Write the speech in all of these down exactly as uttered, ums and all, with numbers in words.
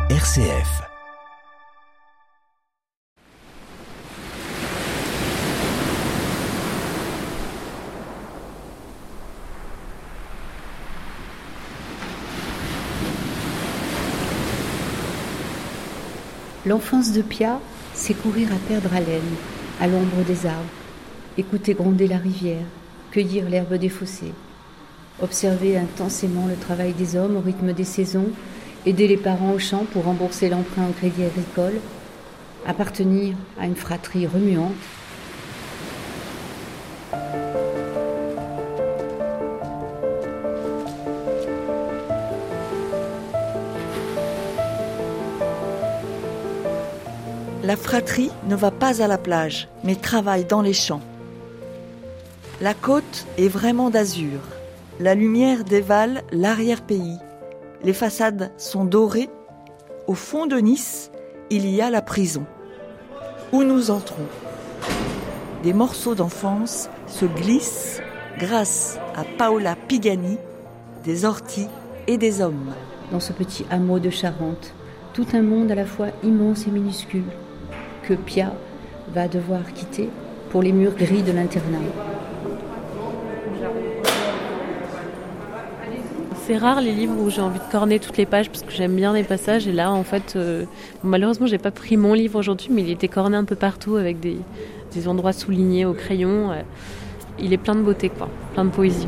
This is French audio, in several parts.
R C F. L'enfance de Pia, c'est courir à perdre haleine, à l'ombre des arbres, écouter gronder la rivière, cueillir l'herbe des fossés, observer intensément le travail des hommes au rythme des saisons, aider les parents au champ pour rembourser l'emprunt au crédit agricole, appartenir à une fratrie remuante. La fratrie ne va pas à la plage, mais travaille dans les champs. La côte est vraiment d'azur. La lumière dévale l'arrière-pays. Les façades sont dorées. Au fond de Nice, il y a la prison. Où nous entrons. Des morceaux d'enfance se glissent grâce à Paola Pigani, des orties et des hommes. Dans ce petit hameau de Charente, tout un monde à la fois immense et minuscule, que Pia va devoir quitter pour les murs gris de l'internat. C'est rare les livres où j'ai envie de corner toutes les pages parce que j'aime bien les passages et là en fait euh, malheureusement j'ai pas pris mon livre aujourd'hui mais il était corné un peu partout avec des, des endroits soulignés au crayon. Euh, il est plein de beauté quoi, plein de poésie.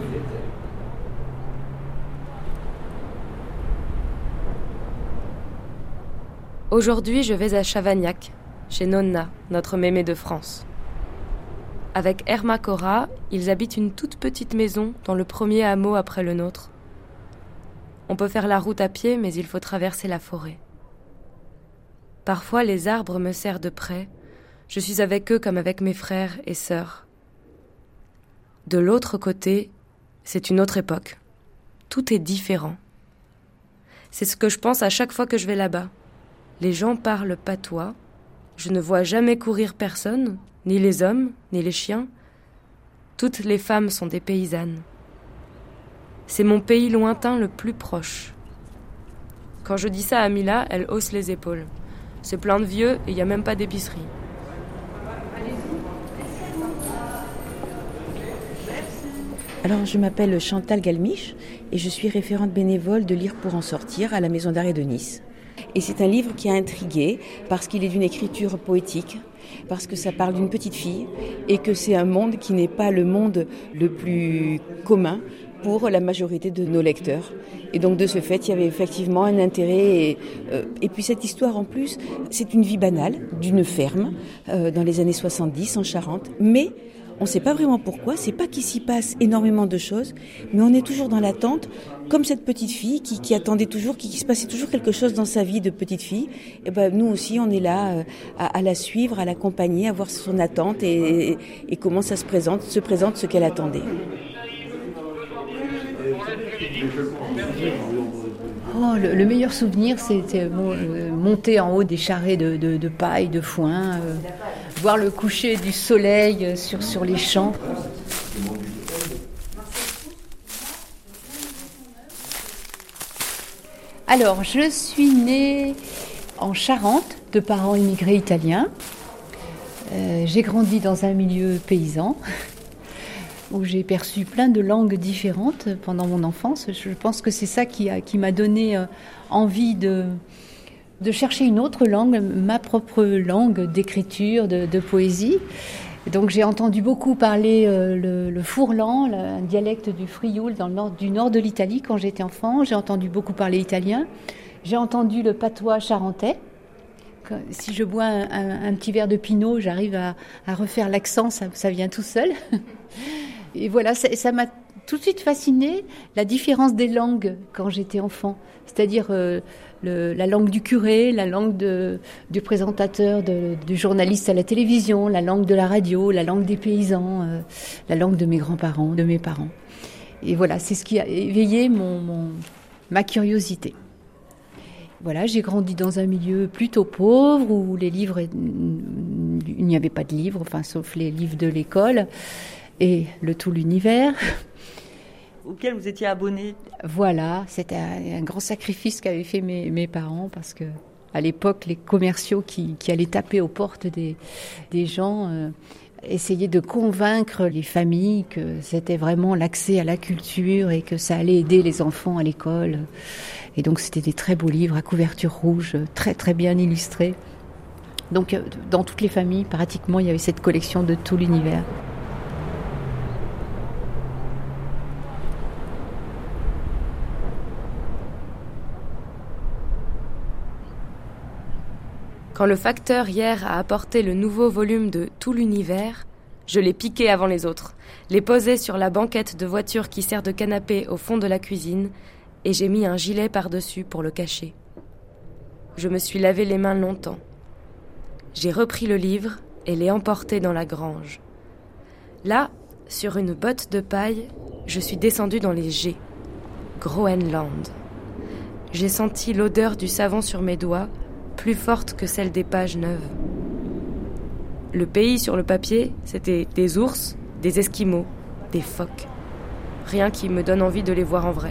Aujourd'hui je vais à Chavagnac, chez Nonna, notre mémé de France. Avec Erma Cora, ils habitent une toute petite maison dans le premier hameau après le nôtre. On peut faire la route à pied, mais il faut traverser la forêt. Parfois, les arbres me serrent de près. Je suis avec eux comme avec mes frères et sœurs. De l'autre côté, c'est une autre époque. Tout est différent. C'est ce que je pense à chaque fois que je vais là-bas. Les gens parlent patois. Je ne vois jamais courir personne, ni les hommes, ni les chiens. Toutes les femmes sont des paysannes. C'est mon pays lointain le plus proche. Quand je dis ça à Mila, elle hausse les épaules. C'est plein de vieux et il n'y a même pas d'épicerie. Alors, je m'appelle Chantal Galmiche et je suis référente bénévole de Lire pour en sortir à la Maison d'arrêt de Nice. Et c'est un livre qui a intrigué parce qu'il est d'une écriture poétique, parce que ça parle d'une petite fille et que c'est un monde qui n'est pas le monde le plus commun pour la majorité de nos lecteurs. Et donc de ce fait, il y avait effectivement un intérêt. Et, euh, et puis cette histoire en plus, c'est une vie banale d'une ferme euh, dans les années soixante-dix en Charente, mais on ne sait pas vraiment pourquoi, c'est pas qu'il s'y passe énormément de choses, mais on est toujours dans l'attente, comme cette petite fille qui, qui attendait toujours, qui, qui se passait toujours quelque chose dans sa vie de petite fille. Et ben nous aussi, on est là euh, à, à la suivre, à l'accompagner, à voir son attente et, et, et comment ça se présente, se présente ce qu'elle attendait. Oh, le, le meilleur souvenir, c'était bon, euh, monter en haut des charrets de, de, de paille, de foin, euh, voir le coucher du soleil sur, sur les champs. Alors, je suis née en Charente, de parents immigrés italiens. Euh, j'ai grandi dans un milieu paysan, où j'ai perçu plein de langues différentes pendant mon enfance. Je pense que c'est ça qui, a, qui m'a donné envie de, de chercher une autre langue, ma propre langue d'écriture, de, de poésie. Et donc j'ai entendu beaucoup parler euh, le, le fourlan, un dialecte du Frioul dans le nord, du nord de l'Italie quand j'étais enfant. J'ai entendu beaucoup parler italien. J'ai entendu le patois charentais. Si je bois un, un, un petit verre de pinot, j'arrive à, à refaire l'accent, ça, ça vient tout seul. Et voilà, ça, ça m'a tout de suite fascinée, la différence des langues quand j'étais enfant. C'est-à-dire euh, le, la langue du curé, la langue de, du présentateur, de, du journaliste à la télévision, la langue de la radio, la langue des paysans, euh, la langue de mes grands-parents, de mes parents. Et voilà, c'est ce qui a éveillé mon, mon, ma curiosité. Voilà, j'ai grandi dans un milieu plutôt pauvre où les livres, il n'y avait pas de livres, enfin sauf les livres de l'école et le tout l'univers. auquel vous étiez abonné. Voilà, c'était un, un grand sacrifice qu'avaient fait mes, mes parents parce que à l'époque, les commerciaux qui, qui allaient taper aux portes des, des gens euh, essayaient de convaincre les familles que c'était vraiment l'accès à la culture et que ça allait aider les enfants à l'école. Et donc, c'était des très beaux livres à couverture rouge, très très bien illustrés. Donc, euh, dans toutes les familles, pratiquement, il y avait cette collection de tout l'univers. Quand le facteur hier a apporté le nouveau volume de Tout l'univers, je l'ai piqué avant les autres, l'ai posé sur la banquette de voiture qui sert de canapé au fond de la cuisine et j'ai mis un gilet par-dessus pour le cacher. Je me suis lavé les mains longtemps. J'ai repris le livre et l'ai emporté dans la grange. Là, sur une botte de paille, je suis descendue dans les G, Groenland. J'ai senti l'odeur du savon sur mes doigts, plus forte que celle des pages neuves. Le pays sur le papier, c'était des ours, des esquimaux, des phoques. Rien qui me donne envie de les voir en vrai.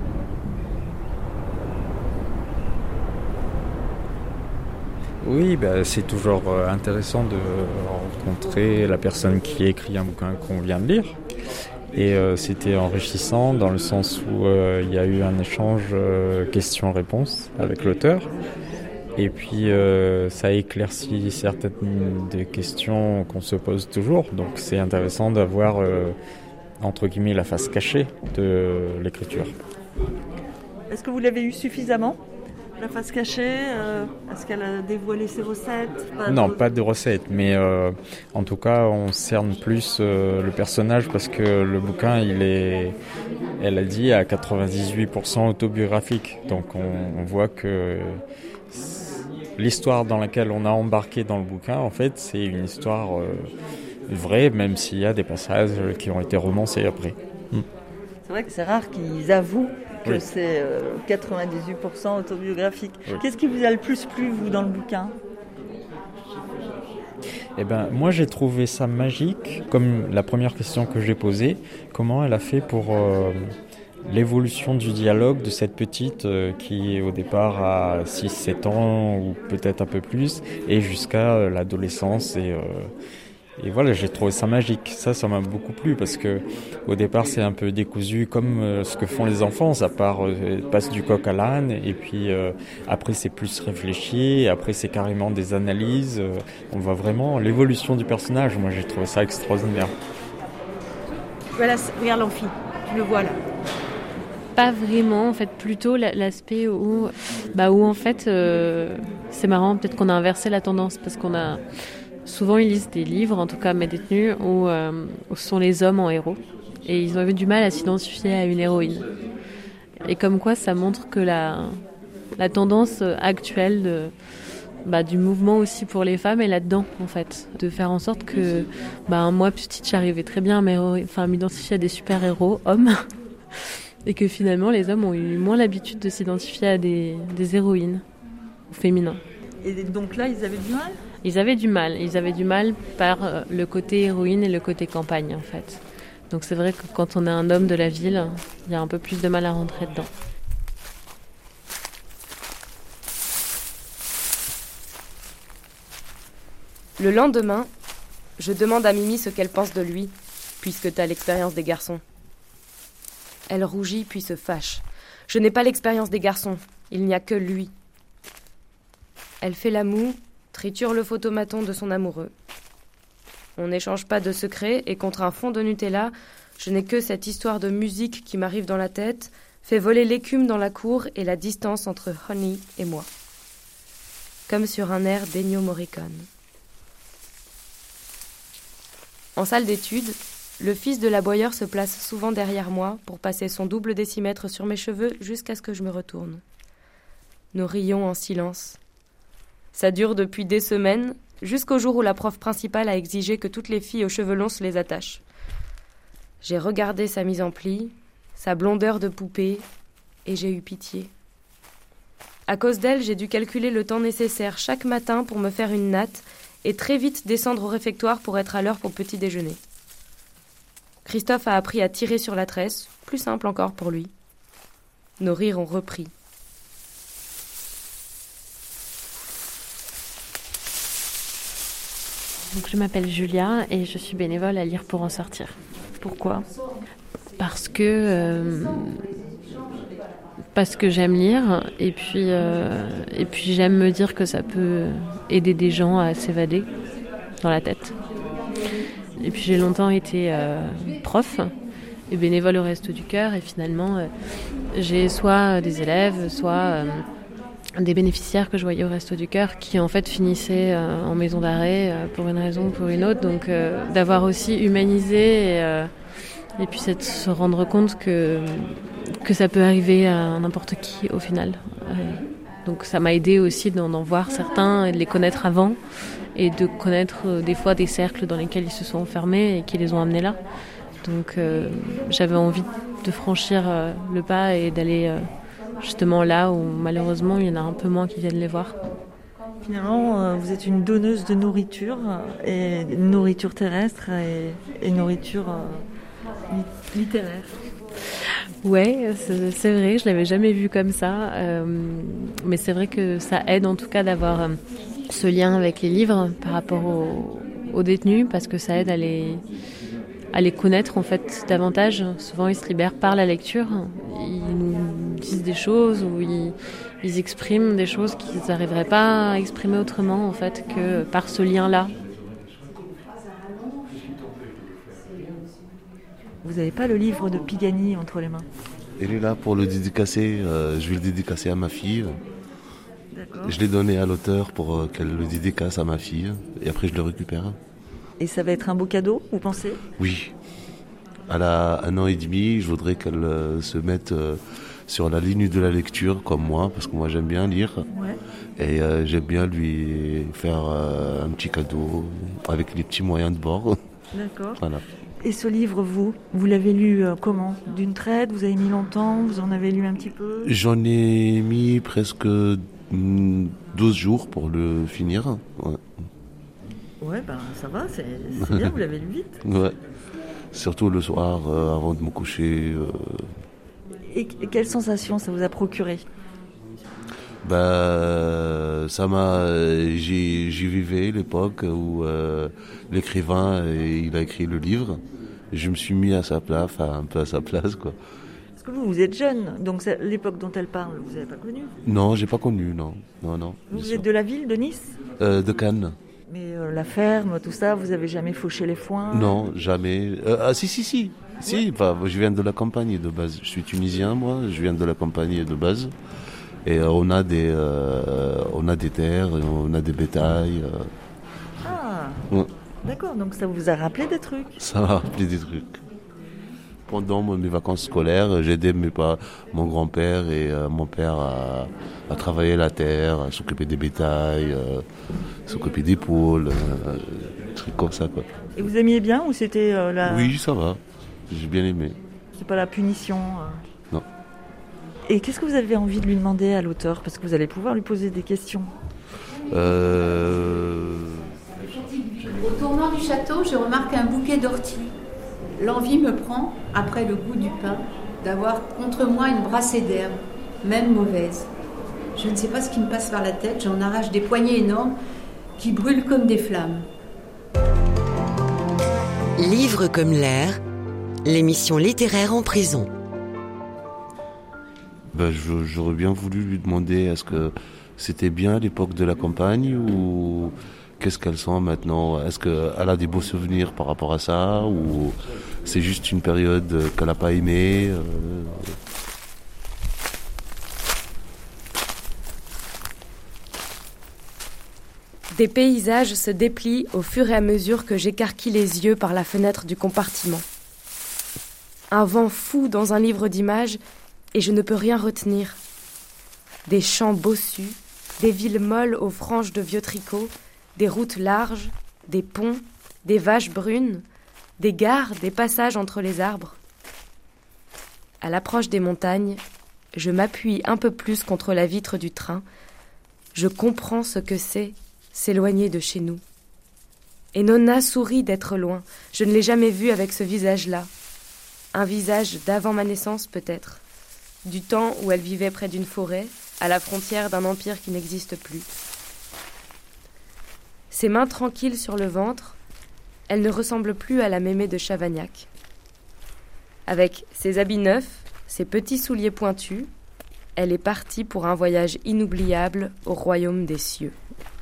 Oui, bah, c'est toujours intéressant de rencontrer la personne qui écrit un bouquin qu'on vient de lire. Et euh, c'était enrichissant dans le sens où euh, il y a eu un échange euh, questions-réponses avec l'auteur. Et puis, euh, ça éclaircit certaines des questions qu'on se pose toujours. Donc, c'est intéressant d'avoir, euh, entre guillemets, la face cachée de l'écriture. Est-ce que vous l'avez eu suffisamment, la face cachée euh, Est-ce qu'elle a dévoilé ses recettes pas Non, de... pas de recettes. Mais euh, en tout cas, on cerne plus euh, le personnage parce que le bouquin, il est, elle a dit, à quatre-vingt-dix-huit pour cent autobiographique. Donc, on, on voit que... l'histoire dans laquelle on a embarqué dans le bouquin, en fait, c'est une histoire euh, vraie, même s'il y a des passages qui ont été romancés après. Mm. C'est vrai que c'est rare qu'ils avouent que oui. c'est euh, quatre-vingt-dix-huit pour cent autobiographique. Oui. Qu'est-ce qui vous a le plus plu, vous, dans le bouquin ? Eh ben, moi, j'ai trouvé ça magique, comme la première question que j'ai posée, comment elle a fait pour... Euh, l'évolution du dialogue de cette petite euh, qui au départ a six sept ans ou peut-être un peu plus et jusqu'à euh, l'adolescence et, euh, et voilà, j'ai trouvé ça magique. Ça, ça m'a beaucoup plu parce que au départ c'est un peu décousu comme euh, ce que font les enfants, ça part, euh, passe du coq à l'âne et puis euh, après c'est plus réfléchi, et après c'est carrément des analyses, euh, on voit vraiment l'évolution du personnage. Moi j'ai trouvé ça extraordinaire. Voilà, regarde l'amphi, tu le vois là. Pas vraiment, en fait, plutôt l'aspect où, bah où en fait, euh, c'est marrant, peut-être qu'on a inversé la tendance, parce qu'on a souvent, ils lisent des livres, en tout cas mes détenus, où, euh, où ce sont les hommes en héros, et ils ont eu du mal à s'identifier à une héroïne. Et comme quoi, ça montre que la, la tendance actuelle de, bah, du mouvement aussi pour les femmes est là-dedans, en fait, de faire en sorte que, bah, moi, petite, j'arrivais très bien à m'héro- enfin, à m'identifier à des super-héros hommes, et que finalement les hommes ont eu moins l'habitude de s'identifier à des, des héroïnes féminins. Et donc là, ils avaient du mal ? Ils avaient du mal, ils avaient du mal par euh, le côté héroïne et le côté campagne en fait. Donc c'est vrai que quand on est un homme de la ville, il y a un peu plus de mal à rentrer dedans. Le lendemain, je demande à Mimi ce qu'elle pense de lui, puisque t'as l'expérience des garçons. Elle rougit puis se fâche. Je n'ai pas l'expérience des garçons, il n'y a que lui. Elle fait la moue, triture le photomaton de son amoureux. On n'échange pas de secrets et contre un fond de Nutella, je n'ai que cette histoire de musique qui m'arrive dans la tête, fait voler l'écume dans la cour et la distance entre Honey et moi. Comme sur un air d'Ennio Morricone. En salle d'études, le fils de l'aboyeur se place souvent derrière moi pour passer son double décimètre sur mes cheveux jusqu'à ce que je me retourne. Nous rions en silence. Ça dure depuis des semaines, jusqu'au jour où la prof principale a exigé que toutes les filles aux cheveux longs se les attachent. J'ai regardé sa mise en pli, sa blondeur de poupée, et j'ai eu pitié. À cause d'elle, j'ai dû calculer le temps nécessaire chaque matin pour me faire une natte et très vite descendre au réfectoire pour être à l'heure pour petit déjeuner. Christophe a appris à tirer sur la tresse, plus simple encore pour lui. Nos rires ont repris. Donc, je m'appelle Julia et je suis bénévole à Lire pour en sortir. Pourquoi ? Parce que, euh, parce que j'aime lire et puis, euh, et puis j'aime me dire que ça peut aider des gens à s'évader dans la tête. Et puis j'ai longtemps été euh, prof et bénévole au Restos du Cœur et finalement euh, j'ai soit des élèves, soit euh, des bénéficiaires que je voyais au Restos du Cœur qui en fait finissaient euh, en maison d'arrêt euh, pour une raison ou pour une autre. Donc euh, d'avoir aussi humanisé et, euh, et puis c'est de se rendre compte que, que ça peut arriver à n'importe qui au final. Euh, donc ça m'a aidé aussi d'en, d'en voir certains et de les connaître avant et de connaître euh, des fois des cercles dans lesquels ils se sont enfermés et qui les ont amenés là. Donc euh, j'avais envie de franchir euh, le pas et d'aller euh, justement là où malheureusement il y en a un peu moins qui viennent les voir. Finalement, euh, vous êtes une donneuse de nourriture, et nourriture terrestre et, et nourriture euh, li- littéraire. Ouais, c'est, c'est vrai, je l'avais jamais vu comme ça, euh, mais c'est vrai que ça aide en tout cas d'avoir euh, ce lien avec les livres par rapport aux, aux détenus, parce que ça aide à les à les connaître en fait davantage. Souvent ils se libèrent par la lecture, ils nous disent des choses ou ils, ils expriment des choses qu'ils n'arriveraient pas à exprimer autrement en fait que par ce lien-là. Vous n'avez pas le livre de Pigani entre les mains? Il est là pour le dédicacer, euh, je vais le dédicacer à ma fille. D'accord. Je l'ai donné à l'auteur pour euh, qu'elle le dédicace à ma fille et après je le récupère. Et ça va être un beau cadeau, vous pensez? Oui. Elle a un an et demi, je voudrais qu'elle euh, se mette euh, sur la ligne de la lecture comme moi, parce que moi j'aime bien lire. Ouais. Et euh, j'aime bien lui faire euh, un petit cadeau avec les petits moyens de bord. D'accord. Voilà. Et ce livre, vous, vous l'avez lu euh, comment? D'une traite? Vous avez mis longtemps? Vous en avez lu un petit peu? J'en ai mis presque mm, douze jours pour le finir. Ouais. Ouais, ben ça va, c'est, c'est bien, vous l'avez lu vite. Ouais. Surtout le soir, euh, avant de me coucher. Euh... Et, et quelle sensation ça vous a procuré? Bah, ça m'a. J'y, j'y vivais l'époque où euh, l'écrivain il a écrit le livre. Je me suis mis à sa place, enfin, un peu à sa place, quoi. Parce que vous, vous êtes jeune, donc c'est l'époque dont elle parle, vous n'avez pas connu? Non, j'ai pas connu, non, non, non. Vous, vous êtes de la ville de Nice? euh, De Cannes. Mais euh, la ferme, tout ça, vous avez jamais fauché les foins? Non, jamais. Euh, ah, si, si, si. Si, bah, je viens de la campagne de base. Je suis tunisien, moi. Je viens de la campagne de base. Et euh, on a des, euh, on a des terres, on a des bétails. Euh. Ah, Ouais. d'accord. Donc ça vous a rappelé des trucs? Ça m'a rappelé des trucs. Pendant mes vacances scolaires, j'aidais mes pas, mon grand-père et euh, mon père à, à travailler la terre, à s'occuper des bétails, euh, s'occuper des poules, euh, des trucs comme ça, quoi. Et vous aimiez bien ou c'était euh, la... Oui, ça va. J'ai bien aimé. C'est pas la punition euh... Non. Et qu'est-ce que vous avez envie de lui demander à l'auteur? Parce que vous allez pouvoir lui poser des questions. Euh... Au tournant du château, je remarque un bouquet d'orties. L'envie me prend, après le goût du pain, d'avoir contre moi une brassée d'herbe, même mauvaise. Je ne sais pas ce qui me passe par la tête, j'en arrache des poignées énormes qui brûlent comme des flammes. Livre comme l'air, l'émission littéraire en prison. Ben, je, j'aurais bien voulu lui demander est-ce que c'était bien à l'époque de la campagne ou qu'est-ce qu'elle sent maintenant? Est-ce qu'elle a des beaux souvenirs par rapport à ça ou c'est juste une période qu'elle n'a pas aimée? euh... Des paysages se déplient au fur et à mesure que j'écarquille les yeux par la fenêtre du compartiment. Un vent fou dans un livre d'images et je ne peux rien retenir. Des champs bossus, des villes molles aux franges de vieux tricots, des routes larges, des ponts, des vaches brunes, des gares, des passages entre les arbres. À l'approche des montagnes, je m'appuie un peu plus contre la vitre du train. Je comprends ce que c'est s'éloigner de chez nous. Et Nonna sourit d'être loin. Je ne l'ai jamais vue avec ce visage-là, Un visage d'avant ma naissance peut-être, du temps où elle vivait près d'une forêt, à la frontière d'un empire qui n'existe plus. Ses mains tranquilles sur le ventre, elle ne ressemble plus à la mémé de Chavagnac. Avec ses habits neufs, ses petits souliers pointus, elle est partie pour un voyage inoubliable au royaume des cieux.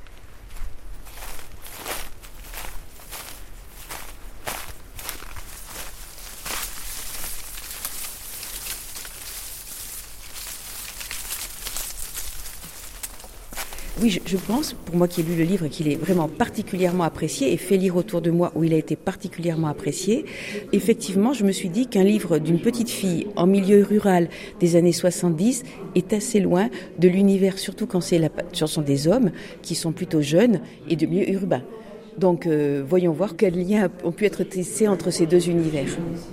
Oui, je, je pense, pour moi qui ai lu le livre, qu'il est vraiment particulièrement apprécié et fait lire autour de moi où il a été particulièrement apprécié. Effectivement, je me suis dit qu'un livre d'une petite fille en milieu rural des années soixante-dix est assez loin de l'univers, surtout quand c'est la chanson des hommes qui sont plutôt jeunes et de milieu urbain. Donc, euh, voyons voir quels liens ont pu être tissés entre ces deux univers.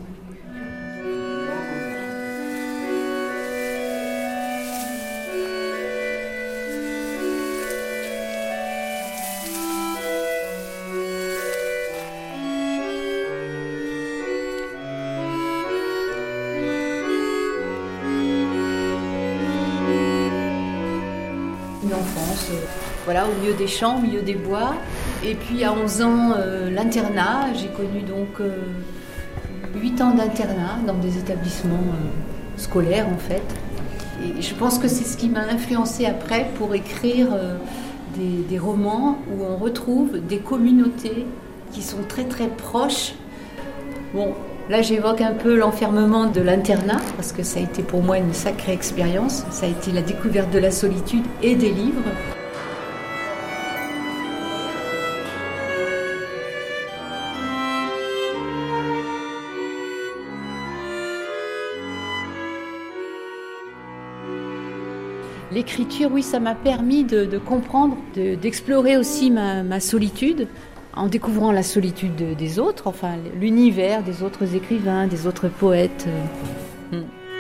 L'enfance, euh, voilà, au milieu des champs, au milieu des bois. Et puis à onze ans, euh, l'internat. J'ai connu donc euh, huit ans d'internat dans des établissements euh, scolaires en fait. Et je pense que c'est ce qui m'a influencée après pour écrire euh, des, des romans où on retrouve des communautés qui sont très très proches. Bon, là j'évoque un peu l'enfermement de l'internat parce que ça a été pour moi une sacrée expérience. Ça a été la découverte de la solitude et des livres. L'écriture, oui, ça m'a permis de, de comprendre, de, d'explorer aussi ma, ma solitude, en découvrant la solitude de, des autres, enfin l'univers des autres écrivains, des autres poètes. Hmm.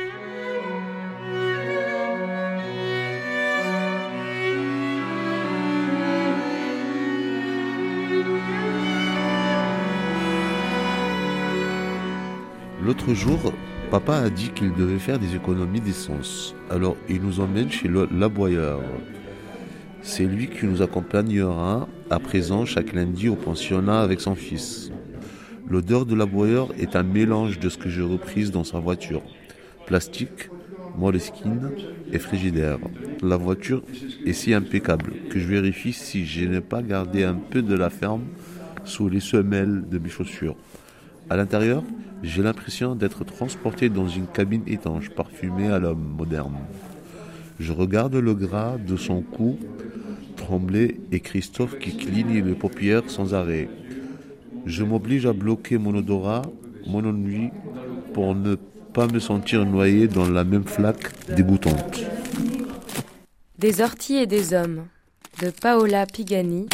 L'autre jour, papa a dit qu'il devait faire des économies d'essence. Alors il nous emmène chez le l'aboyeur. C'est lui qui nous accompagnera à présent chaque lundi au pensionnat avec son fils. L'odeur de l'aboyeur est un mélange de ce que j'ai repris dans sa voiture. Plastique, moleskine et frigidaire. La voiture est si impeccable que je vérifie si je n'ai pas gardé un peu de la ferme sous les semelles de mes chaussures. À l'intérieur, j'ai l'impression d'être transporté dans une cabine étanche, parfumée à l'homme moderne. Je regarde le gras de son cou trembler et Christophe qui cligne les paupières sans arrêt. Je m'oblige à bloquer mon odorat, mon ennui, pour ne pas me sentir noyé dans la même flaque dégoûtante. Des orties et des hommes, de Paola Pigani.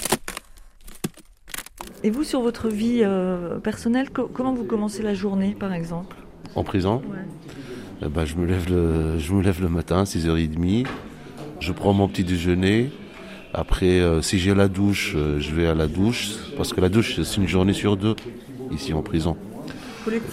Et vous, sur votre vie euh, personnelle, co- comment vous commencez la journée, par exemple ? En prison, Ouais. eh ben, je, me lève le, je me lève le matin, six heures trente. Je prends mon petit déjeuner. Après, euh, si j'ai la douche, euh, je vais à la douche. Parce que la douche, c'est une journée sur deux, ici en prison. Collective ?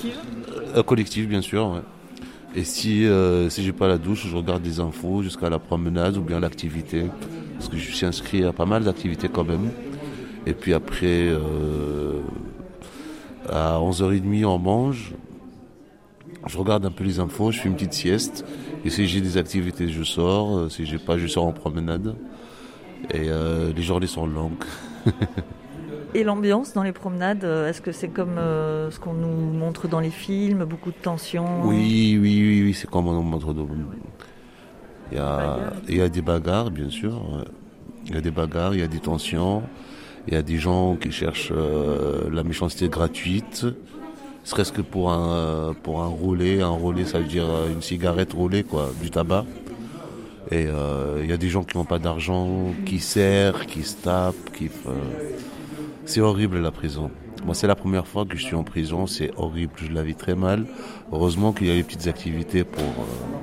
Euh, collective, bien sûr. Ouais. Et si, euh, si j'ai pas la douche, je regarde des infos jusqu'à la promenade ou bien l'activité. Parce que je suis inscrit à pas mal d'activités quand même. Et puis après, euh, à onze heures trente, on mange. Je regarde un peu les infos, je fais une petite sieste. Et si j'ai des activités, je sors. Si j'ai pas, je sors en promenade. Et euh, les journées sont longues. Et l'ambiance dans les promenades, euh, est-ce que c'est comme euh, ce qu'on nous montre dans les films, beaucoup de tension ? Oui, oui, oui, oui, c'est comme on montre. De... Il y a, il y a des bagarres, bien sûr. Il y a des bagarres, il y a des tensions. Il y a des gens qui cherchent euh, la méchanceté gratuite, serait-ce que pour un pour un roulé, un roulé ça veut dire une cigarette roulée quoi, du tabac. Et euh, il y a des gens qui n'ont pas d'argent, qui serrent, qui se tapent, qui euh... c'est horrible la prison. Moi c'est la première fois que je suis en prison, c'est horrible, je la vis très mal. Heureusement qu'il y a les petites activités pour euh...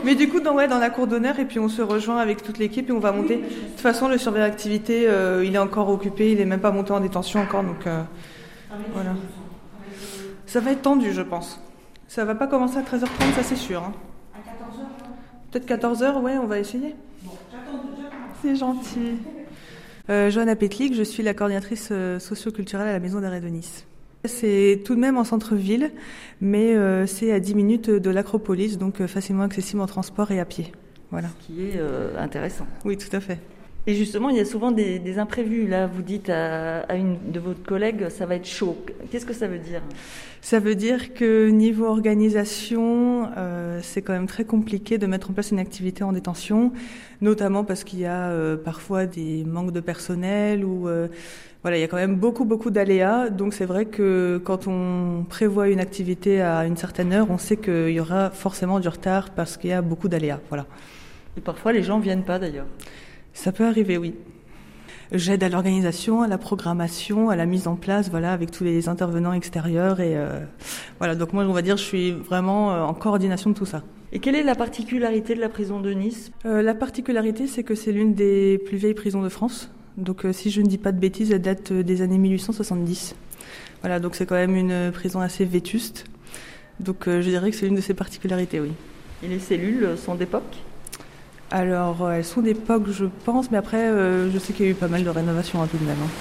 Mais du coup, dans, ouais, dans la cour d'honneur, et puis on se rejoint avec toute l'équipe et on va monter. De toute façon, le surveillant d'activité, euh, il est encore occupé, il n'est même pas monté en détention encore, donc euh, voilà. Ça va être tendu, je pense. Ça va pas commencer à treize heures trente, ça c'est sûr. Hein. À quatorze heures, peut-être quatorze heures, ouais, on va essayer. Bon, j'attends, j'attends. C'est gentil. Euh, Johanna Petlik, je suis la coordinatrice euh, socio-culturelle à la Maison d'arrêt de Nice. C'est tout de même en centre-ville, mais euh, c'est à dix minutes de l'Acropolis, donc euh, facilement accessible en transport et à pied. Voilà. Ce qui est euh, intéressant. Oui, tout à fait. Et justement, il y a souvent des, des imprévus. Là, vous dites à, à une de vos collègues, ça va être chaud. Qu'est-ce que ça veut dire ? Ça veut dire que niveau organisation, euh, c'est quand même très compliqué de mettre en place une activité en détention, notamment parce qu'il y a euh, parfois des manques de personnel ou euh, voilà, il y a quand même beaucoup beaucoup d'aléas. Donc c'est vrai que quand on prévoit une activité à une certaine heure, on sait qu'il y aura forcément du retard parce qu'il y a beaucoup d'aléas. Voilà. Et parfois les gens viennent pas d'ailleurs. Ça peut arriver, oui. J'aide à l'organisation, à la programmation, à la mise en place, voilà, avec tous les intervenants extérieurs et euh, voilà. Donc moi, on va dire, je suis vraiment en coordination de tout ça. Et quelle est la particularité de la prison de Nice ? euh, La particularité, c'est que c'est l'une des plus vieilles prisons de France. Donc, euh, si je ne dis pas de bêtises, elle date des années mille huit cent soixante-dix. Voilà, donc c'est quand même une prison assez vétuste. Donc, euh, je dirais que c'est l'une de ses particularités, oui. Et les cellules sont d'époque ? Alors, euh, elles sont d'époque, je pense, mais après, euh, je sais qu'il y a eu pas mal de rénovations hein, tout de même. Hein.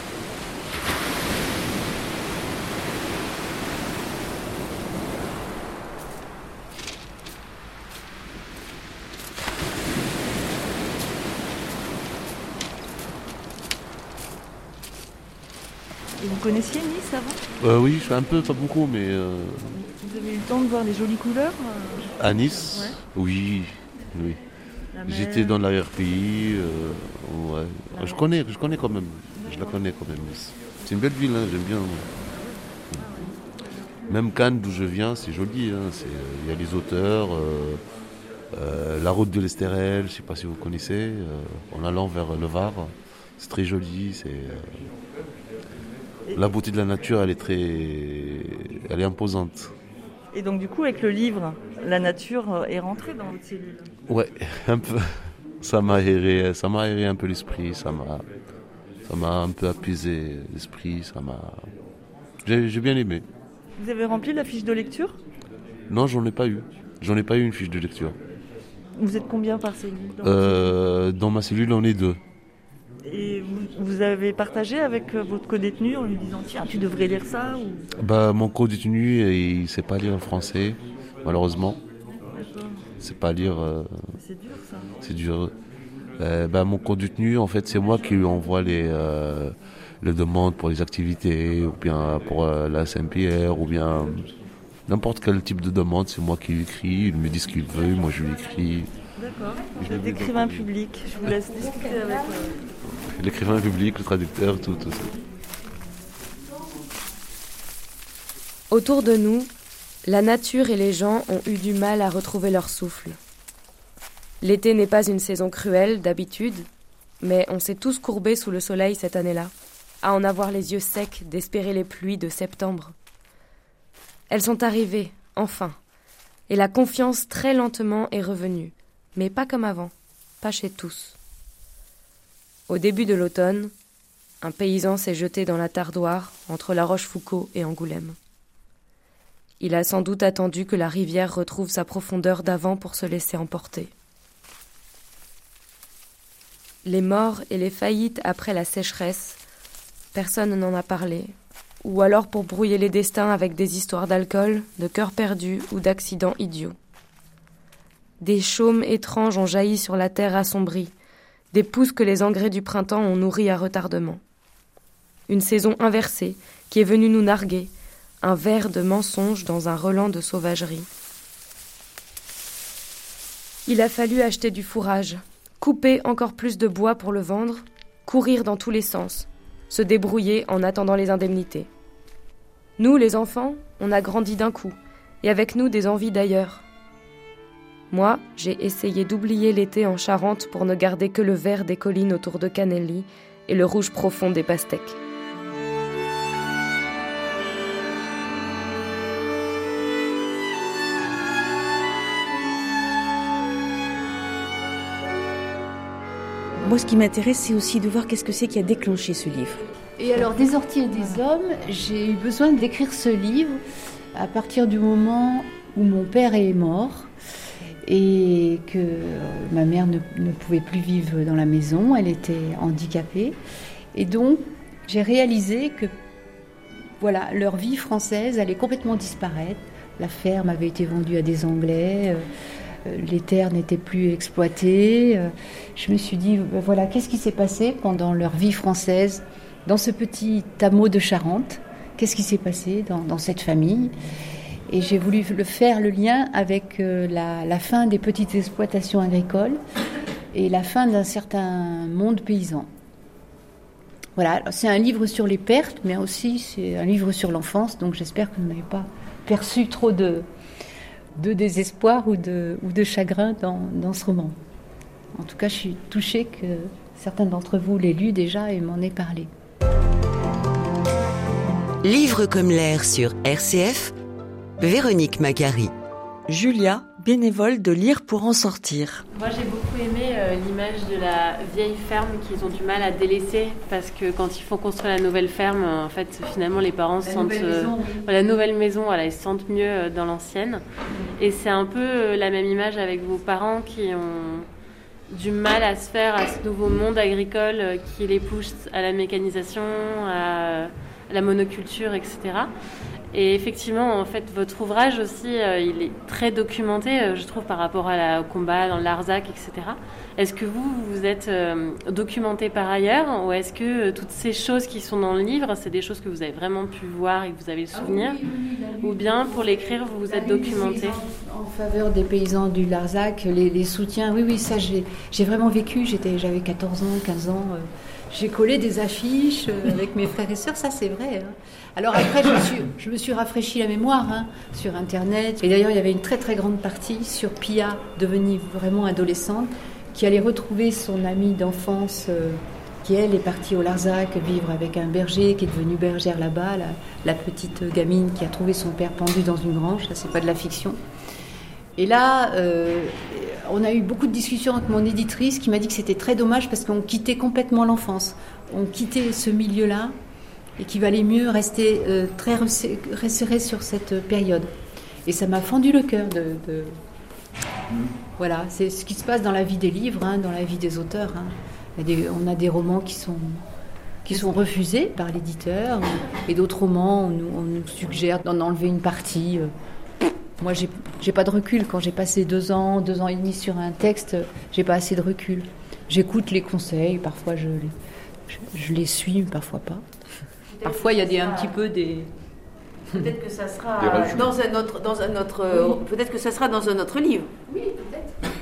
Et vous connaissiez Nice avant ? euh, Oui, je suis un peu, pas beaucoup, mais... Euh... Vous avez eu le temps de voir les jolies couleurs ? À Nice ? Ouais. Oui, oui. J'étais dans l'arrière-pays, euh, ouais. Je connais, je connais quand même, je la connais quand même. C'est une belle ville, hein, j'aime bien. Même Cannes, d'où je viens, c'est joli. Hein, il y a les hauteurs, euh, euh, la route de l'Estérel, je ne sais pas si vous connaissez, euh, en allant vers le Var, c'est très joli. C'est, euh, la beauté de la nature, elle est très, elle est imposante. Et donc du coup, avec le livre, la nature est rentrée dans votre cellule ? Ouais, un peu. Ça m'a aéré, ça m'a aéré un peu l'esprit, ça m'a, ça m'a un peu apaisé l'esprit, ça m'a... J'ai, j'ai bien aimé. Vous avez rempli la fiche de lecture ? Non, j'en ai pas eu. J'en ai pas eu une fiche de lecture. Vous êtes combien par cellule dans, euh, dans ma cellule, on est deux. Et vous, vous avez partagé avec votre co-détenu en lui disant « Tiens, tu devrais lire ça » ou... Bah, mon co-détenu, il ne sait pas lire le français, malheureusement. D'accord. C'est pas lire... Euh... C'est dur, ça. C'est dur. Euh, bah, mon co-détenu, en fait, c'est moi qui lui envoie les, euh, les demandes pour les activités, ou bien pour euh, la Saint-Pierre, ou bien n'importe quel type de demande. C'est moi qui lui écris, il me dit ce qu'il veut, moi je lui écris. D'accord. Vous êtes écrivain public, je vous laisse discuter avec... Euh... L'écrivain public, le traducteur, tout, tout ça. Autour de nous, la nature et les gens ont eu du mal à retrouver leur souffle. L'été n'est pas une saison cruelle, d'habitude, mais on s'est tous courbés sous le soleil cette année-là, à en avoir les yeux secs d'espérer les pluies de septembre. Elles sont arrivées, enfin, et la confiance très lentement est revenue, mais pas comme avant, pas chez tous. Au début de l'automne, un paysan s'est jeté dans la Tardoire entre La Rochefoucauld et Angoulême. Il a sans doute attendu que la rivière retrouve sa profondeur d'avant pour se laisser emporter. Les morts et les faillites après la sécheresse, personne n'en a parlé, ou alors pour brouiller les destins avec des histoires d'alcool, de cœurs perdus ou d'accidents idiots. Des chaumes étranges ont jailli sur la terre assombrie, des pousses que les engrais du printemps ont nourries à retardement. Une saison inversée qui est venue nous narguer, un verre de mensonge dans un relent de sauvagerie. Il a fallu acheter du fourrage, couper encore plus de bois pour le vendre, courir dans tous les sens, se débrouiller en attendant les indemnités. Nous, les enfants, on a grandi d'un coup, et avec nous des envies d'ailleurs. Moi, j'ai essayé d'oublier l'été en Charente pour ne garder que le vert des collines autour de Canelli et le rouge profond des pastèques. moi, ce qui m'intéresse, c'est aussi de voir qu'est-ce que c'est qui a déclenché ce livre. Et alors, Des orties et des hommes, j'ai eu besoin d'écrire ce livre à partir du moment où mon père est mort et que ma mère ne, ne pouvait plus vivre dans la maison, elle était handicapée. Et donc, j'ai réalisé que voilà, leur vie française allait complètement disparaître. La ferme avait été vendue à des Anglais, euh, les terres n'étaient plus exploitées. Euh, je me suis dit, ben voilà, qu'est-ce qui s'est passé pendant leur vie française dans ce petit hameau de Charente? Qu'est-ce qui s'est passé dans, dans cette famille? Et j'ai voulu le faire le lien avec euh, la, la fin des petites exploitations agricoles et la fin d'un certain monde paysan. Voilà, c'est un livre sur les pertes, mais aussi c'est un livre sur l'enfance, donc j'espère que vous n'avez pas perçu trop de, de désespoir ou de, ou de chagrin dans, dans ce roman. En tout cas, je suis touchée que certains d'entre vous l'aient lu déjà et m'en aient parlé. Livre comme l'air sur R C F, Véronique Macari. Julia, bénévole de Lire pour en sortir. Moi, j'ai beaucoup aimé euh, l'image de la vieille ferme qu'ils ont du mal à délaisser parce que quand ils font construire la nouvelle ferme, en fait, finalement, les parents se sentent... Euh, maison, oui. La nouvelle maison, voilà, ils se sentent mieux euh, dans l'ancienne. Et c'est un peu euh, la même image avec vos parents qui ont du mal à se faire à ce nouveau monde agricole euh, qui les pousse à la mécanisation, à, à la monoculture, et cetera. Et effectivement, en fait, votre ouvrage aussi, euh, il est très documenté, euh, je trouve, par rapport à la, au combat dans le Larzac, et cetera. Est-ce que vous, vous êtes euh, documenté par ailleurs, ou est-ce que euh, toutes ces choses qui sont dans le livre, c'est des choses que vous avez vraiment pu voir et que vous avez le souvenir, ah oui, oui, oui, ou bien pour l'écrire, vous vous êtes documenté? En faveur des paysans du Larzac, les, les soutiens, oui, oui, ça, j'ai, j'ai vraiment vécu. J'étais, j'avais quatorze ans, quinze ans. Euh, j'ai collé des affiches euh, avec mes frères et sœurs, ça, c'est vrai. Hein. Alors après, je me suis, je me suis rafraîchi la mémoire hein, sur Internet. Et d'ailleurs, il y avait une très très grande partie sur Pia, devenue vraiment adolescente, qui allait retrouver son amie d'enfance, euh, qui elle est partie au Larzac vivre avec un berger, qui est devenu bergère là-bas, la, la petite gamine qui a trouvé son père pendu dans une grange. Ça, c'est pas de la fiction. Et là, euh, on a eu beaucoup de discussions avec mon éditrice qui m'a dit que c'était très dommage parce qu'on quittait complètement l'enfance. On quittait ce milieu-là. Et qu'il valait mieux rester euh, très resserré sur cette période. Et ça m'a fendu le cœur de, de... Mmh. Voilà, c'est ce qui se passe dans la vie des livres, hein, dans la vie des auteurs. Hein. Il y a des, on a des romans qui sont, qui sont refusés par l'éditeur, et d'autres romans, on nous, on nous suggère d'en enlever une partie. Moi, j'ai, j'ai pas de recul. Quand j'ai passé deux ans, deux ans et demi sur un texte, j'ai pas assez de recul. J'écoute les conseils, parfois je les, je, je les suis, parfois pas. Parfois, il y a des, un petit peu des... Peut-être que ça sera dans un autre, dans un autre, oui. Peut-être que ça sera dans un autre livre. Oui, peut-être.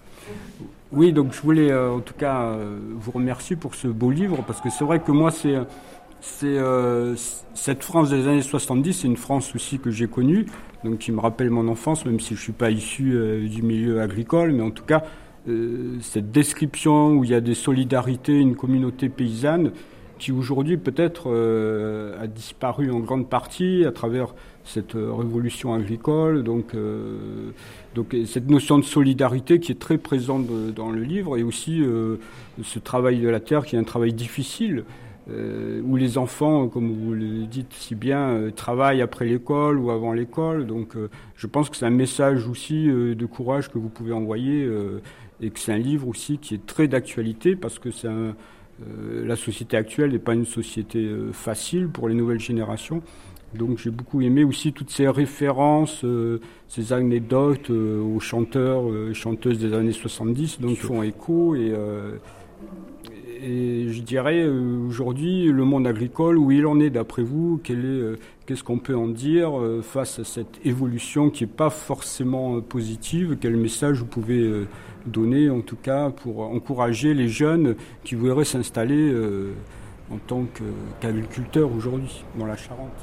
Oui, donc je voulais euh, en tout cas euh, vous remercier pour ce beau livre parce que c'est vrai que moi, c'est, c'est euh, cette France des années soixante-dix, c'est une France aussi que j'ai connue, donc qui me rappelle mon enfance, même si je suis pas issu euh, du milieu agricole, mais en tout cas euh, cette description où il y a des solidarités, une communauté paysanne. Qui aujourd'hui peut-être euh, a disparu en grande partie à travers cette euh, révolution agricole. Donc, euh, donc cette notion de solidarité qui est très présente de, dans le livre et aussi euh, ce travail de la terre qui est un travail difficile euh, où les enfants, comme vous le dites si bien, euh, travaillent après l'école ou avant l'école. Donc euh, je pense que c'est un message aussi euh, de courage que vous pouvez envoyer euh, et que c'est un livre aussi qui est très d'actualité parce que c'est un Euh, la société actuelle n'est pas une société euh, facile pour les nouvelles générations. Donc j'ai beaucoup aimé aussi toutes ces références, euh, ces anecdotes euh, aux chanteurs et euh, chanteuses des années soixante-dix, donc qui font écho. Et, euh, et je dirais euh, aujourd'hui, le monde agricole, où il en est d'après vous, quel est, euh, qu'est-ce qu'on peut en dire euh, face à cette évolution qui n'est pas forcément euh, positive? Quel message vous pouvez euh, donner en tout cas pour encourager les jeunes qui voudraient s'installer euh, en tant que, qu'agriculteurs aujourd'hui dans la Charente.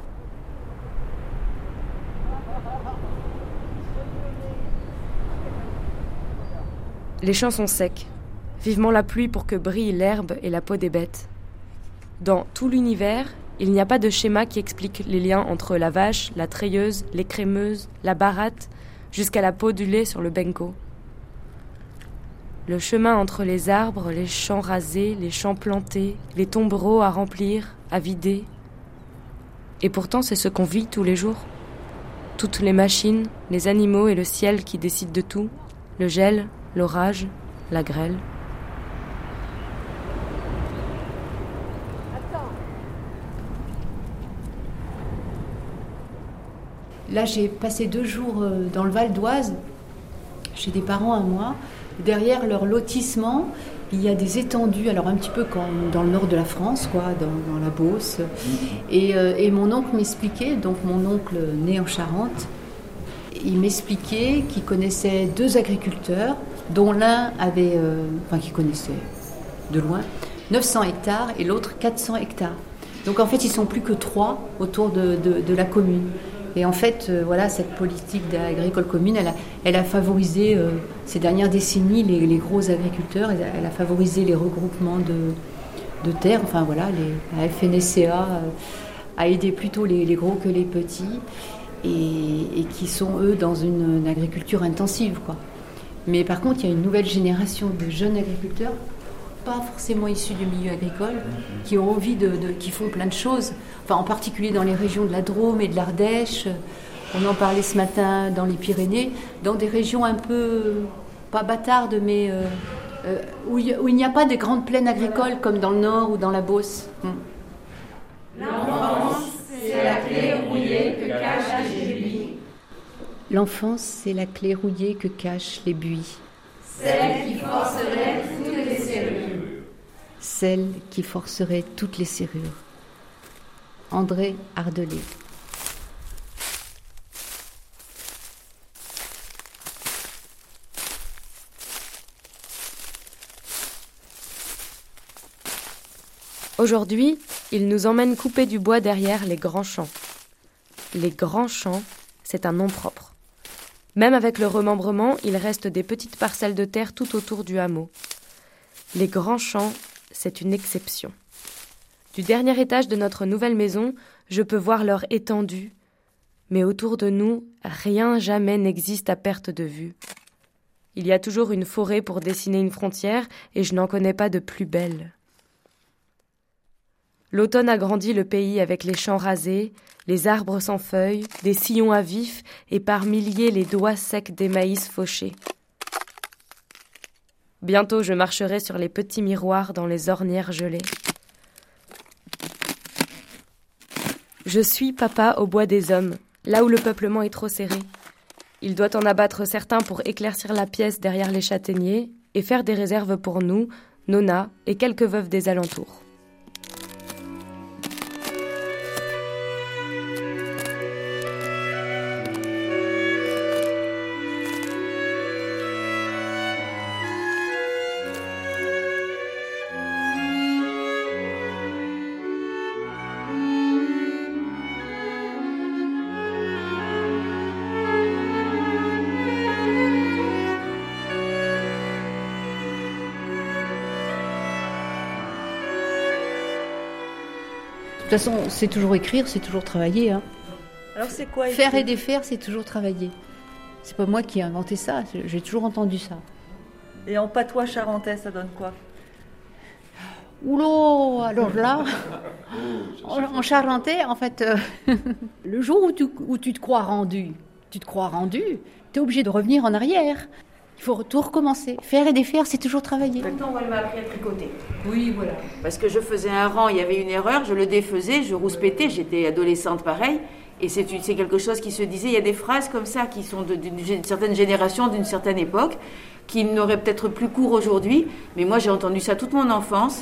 Les champs sont secs. Vivement la pluie pour que brille l'herbe et la peau des bêtes. Dans tout l'univers, il n'y a pas de schéma qui explique les liens entre la vache, la treilleuse, l'écrémeuse, la baratte, jusqu'à la peau du lait sur le benko. Le chemin entre les arbres, les champs rasés, les champs plantés, les tombereaux à remplir, à vider. Et pourtant, c'est ce qu'on vit tous les jours. Toutes les machines, les animaux et le ciel qui décident de tout. Le gel, l'orage, la grêle. Là, j'ai passé deux jours dans le Val d'Oise, chez des parents à moi. Derrière leur lotissement, il y a des étendues, alors un petit peu comme dans le nord de la France, quoi, dans, dans la Beauce. Et, euh, et mon oncle m'expliquait, donc mon oncle né en Charente, il m'expliquait qu'il connaissait deux agriculteurs, dont l'un avait, euh, enfin qui connaissait de loin, neuf cents hectares et l'autre quatre cents hectares. Donc en fait, ils ne sont plus que trois autour de, de, de la commune. Et en fait, euh, voilà, cette politique agricole commune, elle a, elle a favorisé euh, ces dernières décennies les, les gros agriculteurs. Elle a, elle a favorisé les regroupements de, de terres. Enfin voilà, les, la F N S C A euh, a aidé plutôt les, les gros que les petits, et, et qui sont eux dans une, une agriculture intensive, quoi. Mais par contre, il y a une nouvelle génération de jeunes agriculteurs, pas forcément issus du milieu agricole, qui ont envie de, de qui font plein de choses. Enfin, en particulier dans les régions de la Drôme et de l'Ardèche. On en parlait ce matin dans les Pyrénées, dans des régions un peu, pas bâtardes, mais euh, euh, où, il, où il n'y a pas de grandes plaines agricoles comme dans le Nord ou dans la Beauce. Hum. L'enfance, c'est la clé rouillée que cachent les buis. L'enfance, c'est la clé rouillée que cachent les buis. Celle qui forcerait toutes les serrures. Celle qui forcerait toutes les serrures. André Ardelais. Aujourd'hui, il nous emmène couper du bois derrière les grands champs. Les grands champs, c'est un nom propre. Même avec le remembrement, il reste des petites parcelles de terre tout autour du hameau. Les grands champs, c'est une exception. Du dernier étage de notre nouvelle maison, je peux voir leur étendue, mais autour de nous, rien jamais n'existe à perte de vue. Il y a toujours une forêt pour dessiner une frontière, et je n'en connais pas de plus belle. L'automne agrandit le pays avec les champs rasés, les arbres sans feuilles, des sillons à vif et par milliers les doigts secs des maïs fauchés. Bientôt je marcherai sur les petits miroirs dans les ornières gelées. Je suis papa au bois des hommes, là où le peuplement est trop serré. Il doit en abattre certains pour éclaircir la pièce derrière les châtaigniers et faire des réserves pour nous, Nona et quelques veuves des alentours. De toute façon, c'est toujours écrire, c'est toujours travailler. Hein. Alors c'est quoi écrire ? Faire et défaire, c'est toujours travailler. C'est pas moi qui ai inventé ça, j'ai toujours entendu ça. Et en patois charentais, ça donne quoi ? Oulô, alors là, en, en charentais, en fait, euh, le jour où tu, où tu te crois rendu, tu te crois rendu, t'es obligé de revenir en arrière. Il faut tout recommencer. Faire et défaire, c'est toujours travailler. Maintenant, elle m'a appris à tricoter. Oui, voilà. Parce que je faisais un rang, il y avait une erreur, je le défaisais, je rouspétais, j'étais adolescente pareil. Et c'est, c'est quelque chose qui se disait. Il y a des phrases comme ça qui sont de, d'une, d'une certaine génération, d'une certaine époque, qui n'auraient peut-être plus cours aujourd'hui. Mais moi, j'ai entendu ça toute mon enfance.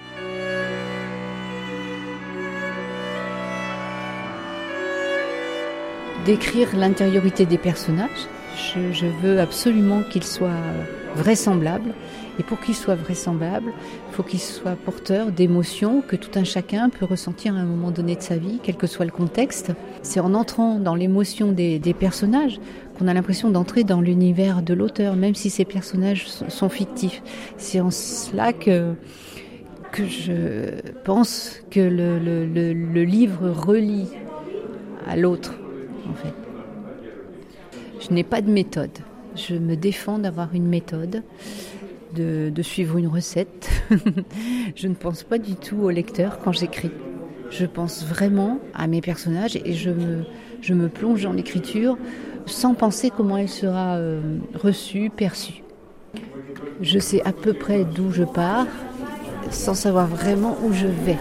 D'écrire l'intériorité des personnages. Je, je veux absolument qu'ils soient vraisemblables. Et pour qu'ils soient vraisemblables, il faut qu'ils soient porteurs d'émotions que tout un chacun peut ressentir à un moment donné de sa vie, quel que soit le contexte. C'est en entrant dans l'émotion des, des personnages qu'on a l'impression d'entrer dans l'univers de l'auteur, même si ces personnages sont fictifs. C'est en cela que, que je pense que le, le, le, le livre relie à l'autre, en fait. Je n'ai pas de méthode. Je me défends d'avoir une méthode. de, de suivre une recette. Je ne pense pas du tout au lecteur quand j'écris. Je pense vraiment à mes personnages et je me, je me plonge dans l'écriture sans penser comment elle sera euh, reçue, perçue. Je sais à peu près d'où je pars, sans savoir vraiment où je vais.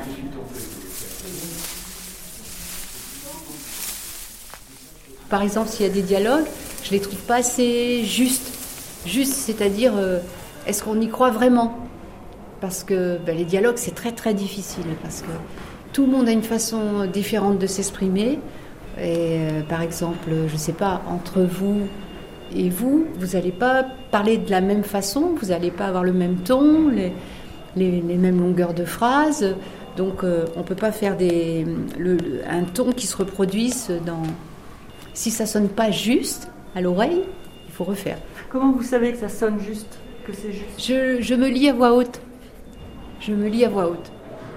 Par exemple, s'il y a des dialogues, je ne les trouve pas assez justes. Juste, c'est-à-dire, euh, est-ce qu'on y croit vraiment ? Parce que ben, les dialogues, c'est très très difficile, parce que tout le monde a une façon différente de s'exprimer. Et euh, par exemple, je ne sais pas, entre vous et vous, vous n'allez pas parler de la même façon, vous n'allez pas avoir le même ton, les, les, les mêmes longueurs de phrases. Donc, euh, on ne peut pas faire des, le, un ton qui se reproduise dans... Si ça ne sonne pas juste à l'oreille, il faut refaire. Comment vous savez que ça sonne juste, que c'est juste ? je, je me lis à voix haute. Je me lis à voix haute.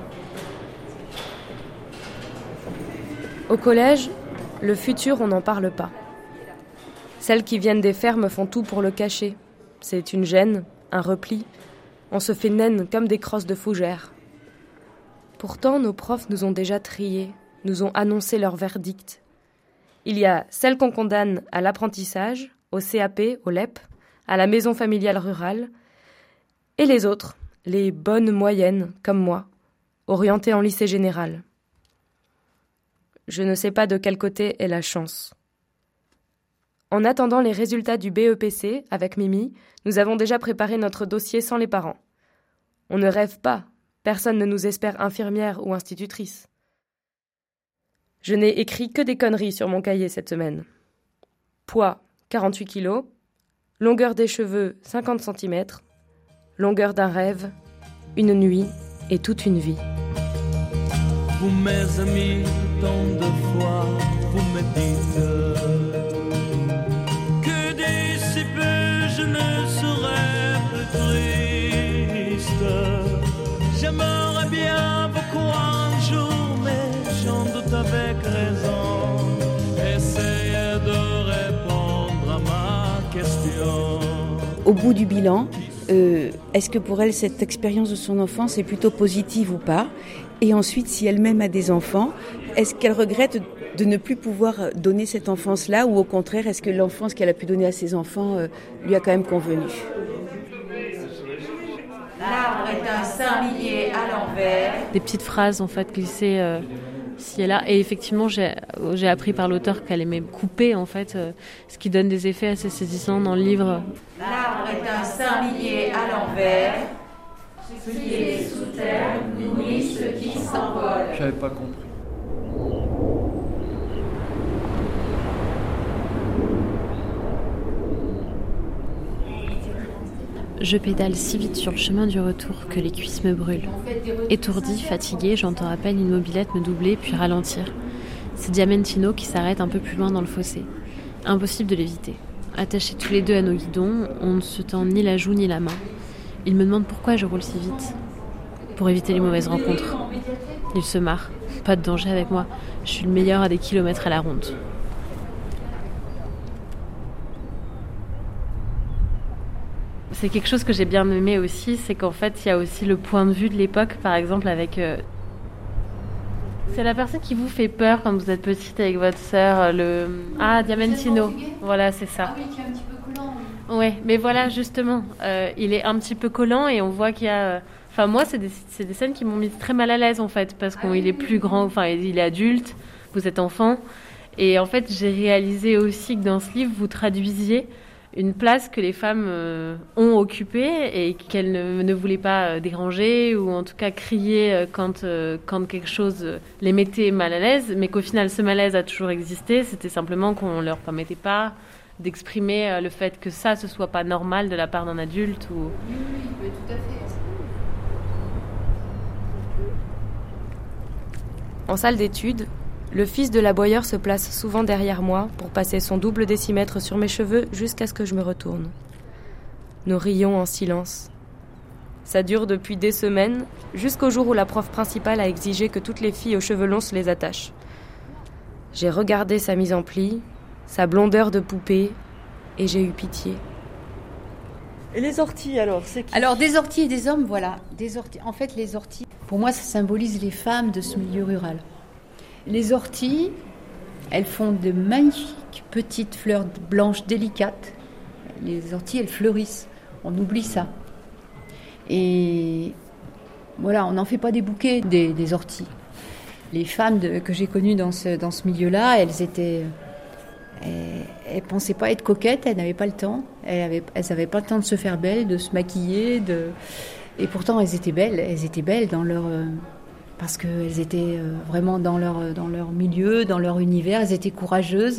Au collège, le futur, on n'en parle pas. Celles qui viennent des fermes font tout pour le cacher. C'est une gêne, un repli. On se fait naine comme des crosses de fougères. Pourtant, nos profs nous ont déjà triés, nous ont annoncé leur verdict. Il y a celles qu'on condamne à l'apprentissage, au C A P, au L E P, à la maison familiale rurale, et les autres, les bonnes moyennes, comme moi, orientées en lycée général. Je ne sais pas de quel côté est la chance. En attendant les résultats du B E P C, avec Mimi, nous avons déjà préparé notre dossier sans les parents. On ne rêve pas, personne ne nous espère infirmière ou institutrice. Je n'ai écrit que des conneries sur mon cahier cette semaine. Poids, quarante-huit kilos. Longueur des cheveux, cinquante centimètres. Longueur d'un rêve, une nuit et toute une vie. Vous, mes amis, tant de fois, vous me dites que d'ici peu je ne serai plus triste. J'aimerais bien vous croire un jour, mais j'en doute avec raison. Essayez de répondre à ma question. Au bout du bilan, euh, est-ce que pour elle, cette expérience de son enfance est plutôt positive ou pas ? Et ensuite, si elle-même a des enfants, est-ce qu'elle regrette de ne plus pouvoir donner cette enfance-là, ou au contraire, est-ce que l'enfance qu'elle a pu donner à ses enfants euh, lui a quand même convenu ? L'arbre est un sanglier à l'envers. Des petites phrases en fait glissées euh, ci et là. Et effectivement, j'ai, j'ai appris par l'auteur qu'elle aimait couper en fait, euh, ce qui donne des effets assez saisissants dans le livre. L'arbre est un sanglier à l'envers. Ce qui est sous terre nourrit ce qui s'envole. J'avais pas compris. Je pédale si vite sur le chemin du retour que les cuisses me brûlent. Étourdie, fatiguée, j'entends à peine une mobilette me doubler puis ralentir. C'est Diamantino qui s'arrête un peu plus loin dans le fossé. Impossible de l'éviter. Attachés tous les deux à nos guidons, on ne se tend ni la joue ni la main. Il me demande pourquoi je roule si vite. Pour éviter les mauvaises rencontres. Il se marre. Pas de danger avec moi. Je suis le meilleur à des kilomètres à la ronde. C'est quelque chose que j'ai bien aimé aussi, c'est qu'en fait, il y a aussi le point de vue de l'époque, par exemple, avec... Euh... C'est la personne qui vous fait peur quand vous êtes petite avec votre sœur, le... Ah, Diamantino. Voilà, c'est ça. Ah oui, qui est un petit peu collant. Ouais, mais voilà, justement, euh, il est un petit peu collant et on voit qu'il y a... Enfin, moi, c'est des, c'est des scènes qui m'ont mise très mal à l'aise, en fait, parce qu'il ah oui, est plus grand, enfin, il est adulte, vous êtes enfant. Et en fait, j'ai réalisé aussi que dans ce livre, vous traduisiez une place que les femmes euh, ont occupée et qu'elles ne, ne voulaient pas euh, déranger ou en tout cas crier euh, quand, euh, quand quelque chose euh, les mettait mal à l'aise, mais qu'au final, ce malaise a toujours existé. C'était simplement qu'on ne leur permettait pas d'exprimer euh, le fait que ça, ce soit pas normal de la part d'un adulte. Ou... Oui, oui, tout à fait. En salle d'études, le fils de l'aboyeur se place souvent derrière moi pour passer son double décimètre sur mes cheveux jusqu'à ce que je me retourne. Nous rions en silence. Ça dure depuis des semaines, jusqu'au jour où la prof principale a exigé que toutes les filles aux cheveux longs se les attachent. J'ai regardé sa mise en pli, sa blondeur de poupée, et j'ai eu pitié. Et les orties alors, c'est qui? Alors des orties et des hommes, voilà. Des orties. En fait, les orties, pour moi, ça symbolise les femmes de ce milieu rural. Les orties, elles font de magnifiques petites fleurs blanches délicates. Les orties, elles fleurissent. On oublie ça. Et voilà, on n'en fait pas des bouquets des, des orties. Les femmes de, que j'ai connues dans ce, dans ce milieu-là, elles étaient... Elles ne pensaient pas être coquettes, elles n'avaient pas le temps. Elles n'avaient pas le temps de se faire belles, de se maquiller. De... Et pourtant, elles étaient belles. Elles étaient belles dans leur... parce qu'elles étaient vraiment dans leur, dans leur milieu, dans leur univers. Elles étaient courageuses,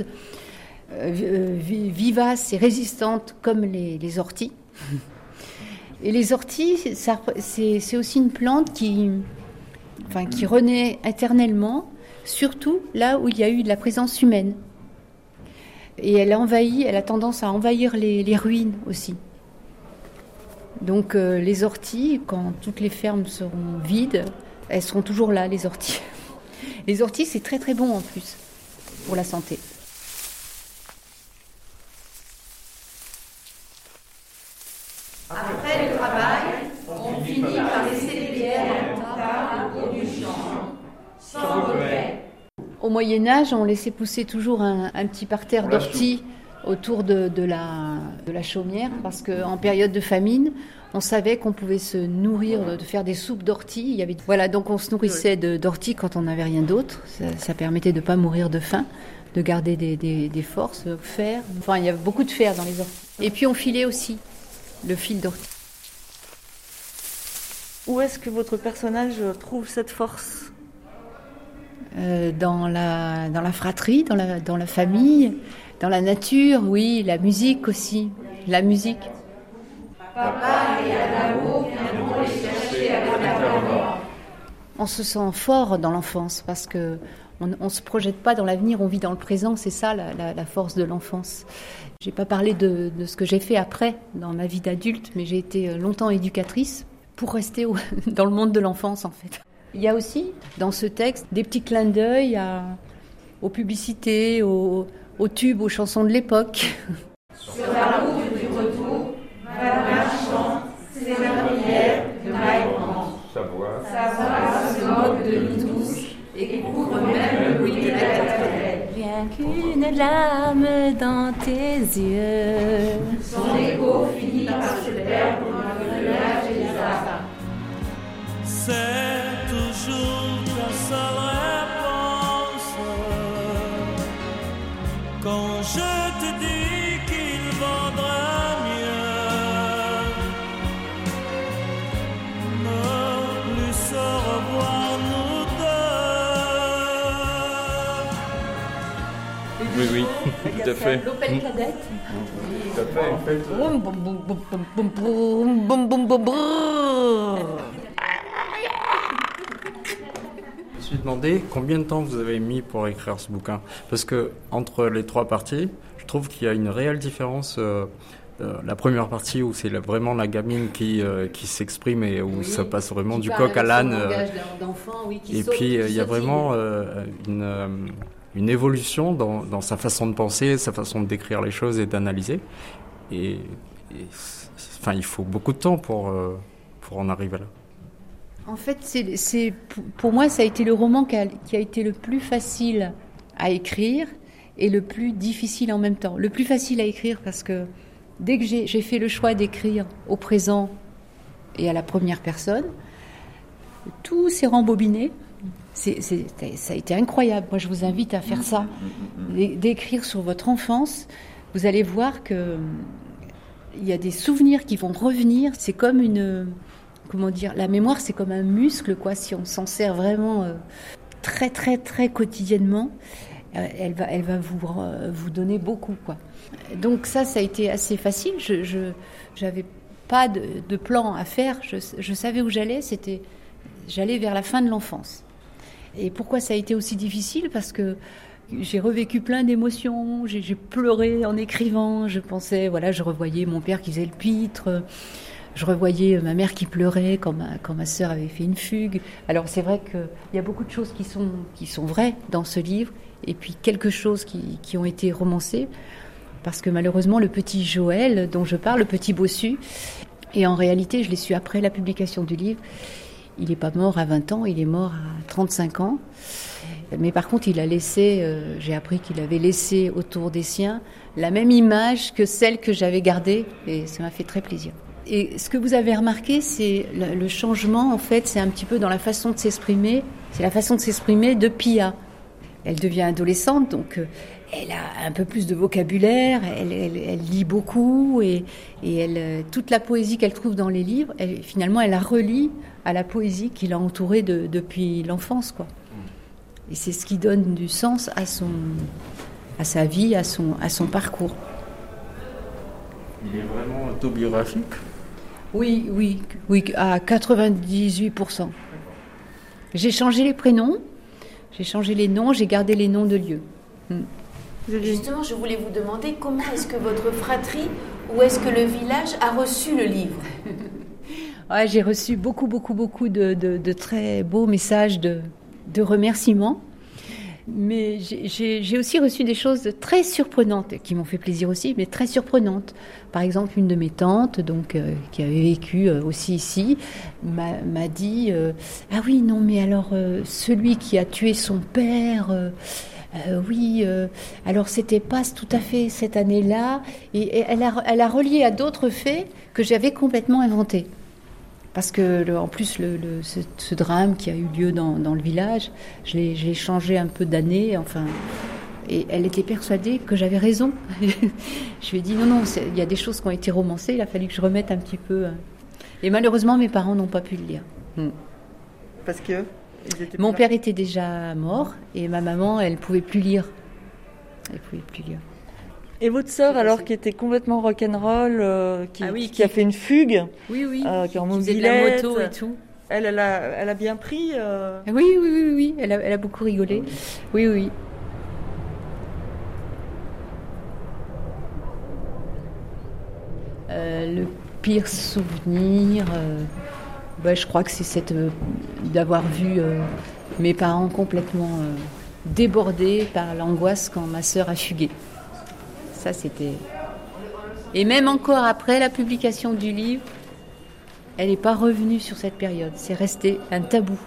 vivaces et résistantes comme les, les orties. Et les orties, ça, c'est, c'est aussi une plante qui, enfin, qui renaît éternellement, surtout là où il y a eu de la présence humaine. Et elle envahit, elle a tendance à envahir les, les ruines aussi. Donc euh, les orties, quand toutes les fermes seront vides, elles seront toujours là, les orties. Les orties, c'est très très bon en plus pour la santé. Après le travail, on finit par laisser les bières en table au bout du champ, sans regret. Au Moyen-Âge, on laissait pousser toujours un, un petit parterre d'orties autour de, de, la, de la chaumière, parce qu'en période de famine, on savait qu'on pouvait se nourrir, de faire des soupes d'orties. Il y avait, voilà, donc on se nourrissait de, d'orties quand on n'avait rien d'autre. Ça, ça permettait de ne pas mourir de faim, de garder des, des, des forces, fer. Enfin, il y avait beaucoup de fer dans les orties. Et puis on filait aussi le fil d'ortie. Où est-ce que votre personnage trouve cette force ? Euh, dans, la, dans la fratrie, dans la, dans la famille, dans la nature, oui, la musique aussi, la musique. Papa et Adamo viendront les chercher avec la. On se sent fort dans l'enfance parce que on ne se projette pas dans l'avenir, on vit dans le présent, c'est ça la, la, la force de l'enfance. J'ai pas parlé de, de ce que j'ai fait après dans ma vie d'adulte, mais j'ai été longtemps éducatrice pour rester au, dans le monde de l'enfance en fait. Il y a aussi dans ce texte des petits clins d'œil à, aux publicités, aux, aux tubes, aux chansons de l'époque. Sur la route du retour, Valma chante ses prières de Maïman. Sa voix, Sa voix se moque de nous tous et couvre même le bruit de la cathédrale. Rien qu'une larme dans tes yeux. Son écho finit par se perdre dans le feuillage et les arbres. C'est toujours ta seule réponse quand je te dis qu'il vaudrait mieux ne plus se revoir nous deux. Oui, oui, tout à fait. L'Opel cadette. Tout à fait, en fait. Boum, boum, boum, boum, boum, boum, boum, boum, boum, boum. Je me suis demandé combien de temps vous avez mis pour écrire ce bouquin. Parce que entre les trois parties, je trouve qu'il y a une réelle différence. Euh, euh, la première partie où c'est la, vraiment la gamine qui, euh, qui s'exprime et où oui, ça passe vraiment du coq à l'âne. Euh, oui, et saute, puis il y a vraiment euh, une, euh, une évolution dans, dans sa façon de penser, sa façon de décrire les choses et d'analyser. Et, et enfin, il faut beaucoup de temps pour, euh, pour en arriver là. En fait, c'est, c'est, pour moi, ça a été le roman qui a, qui a été le plus facile à écrire et le plus difficile en même temps. Le plus facile à écrire parce que dès que j'ai, j'ai fait le choix d'écrire au présent et à la première personne, tout s'est rembobiné. C'est, c'est, ça a été incroyable. Moi, je vous invite à faire ça, d'écrire sur votre enfance. Vous allez voir que il y a des souvenirs qui vont revenir. C'est comme une... Comment dire, la mémoire, c'est comme un muscle, quoi. Si on s'en sert vraiment euh, très, très, très quotidiennement, euh, elle va, elle va vous, euh, vous donner beaucoup, quoi. Donc ça, ça a été assez facile. Je, je, j'avais pas de, de plan à faire. Je, je savais où j'allais. C'était, j'allais vers la fin de l'enfance. Et pourquoi ça a été aussi difficile ? Parce que j'ai revécu plein d'émotions. J'ai, j'ai pleuré en écrivant. Je pensais, voilà, je revoyais mon père qui faisait le pitre. Je revoyais ma mère qui pleurait quand ma, quand ma sœur avait fait une fugue. Alors c'est vrai qu'il y a beaucoup de choses qui sont, qui sont vraies dans ce livre, et puis quelques choses qui, qui ont été romancées, Parce que malheureusement, le petit Joël dont je parle, le petit bossu, et en réalité, je l'ai su après la publication du livre, il n'est pas mort à vingt ans, il est mort à trente-cinq ans. Mais par contre, il a laissé, euh, j'ai appris qu'il avait laissé autour des siens la même image que celle que j'avais gardée, et ça m'a fait très plaisir. Et ce que vous avez remarqué, c'est le, le changement, en fait, c'est un petit peu dans la façon de s'exprimer, c'est la façon de s'exprimer de Pia. Elle devient adolescente, donc euh, elle a un peu plus de vocabulaire, elle, elle, elle lit beaucoup, et, et elle, toute la poésie qu'elle trouve dans les livres, elle, finalement, elle la relie à la poésie qui l'a entourée de, depuis l'enfance, quoi. Et c'est ce qui donne du sens à, son, à sa vie, à son, à son parcours. Il est vraiment autobiographique ? Oui, oui, oui, à quatre-vingt-dix-huit pour cent. J'ai changé les prénoms, j'ai changé les noms, j'ai gardé les noms de lieux. Hmm. Justement, je voulais vous demander comment est-ce que votre fratrie ou est-ce que le village a reçu le livre ? Ouais, j'ai reçu beaucoup, beaucoup, beaucoup de, de, de très beaux messages de, de remerciements. Mais j'ai, j'ai, j'ai aussi reçu des choses très surprenantes, qui m'ont fait plaisir aussi, mais très surprenantes. Par exemple, une de mes tantes, donc, euh, qui avait vécu euh, aussi ici, m'a, m'a dit euh, « Ah oui, non, mais alors, euh, celui qui a tué son père... Euh, Euh, oui, euh, alors c'était pas tout à fait cette année-là, et, et elle, a, elle a relié à d'autres faits que j'avais complètement inventés. Parce que, le, en plus, le, le, ce, ce drame qui a eu lieu dans, dans le village, je l'ai, j'ai changé un peu d'année, enfin, et elle était persuadée que j'avais raison. Je lui ai dit non, non, il y a des choses qui ont été romancées, il a fallu que je remette un petit peu. Et malheureusement, mes parents n'ont pas pu le lire. Hmm. Parce que Mon père était déjà mort et ma maman, elle ne pouvait plus lire. Elle pouvait plus lire. Et votre sœur, alors, qui était complètement rock'n'roll, euh, qui, ah oui, qui, qui a fait une fugue, oui, oui, euh, qui est en qui faisait de la moto et tout. Elle, elle, a, elle a bien pris euh... Oui, oui, oui, oui, elle a, elle a beaucoup rigolé. Oui, oui. Euh, le pire souvenir... Euh... Ouais, je crois que c'est cette, euh, d'avoir vu euh, mes parents complètement euh, débordés par l'angoisse quand ma sœur a fugué. Ça, c'était... Et même encore après la publication du livre, elle n'est pas revenue sur cette période. C'est resté un tabou.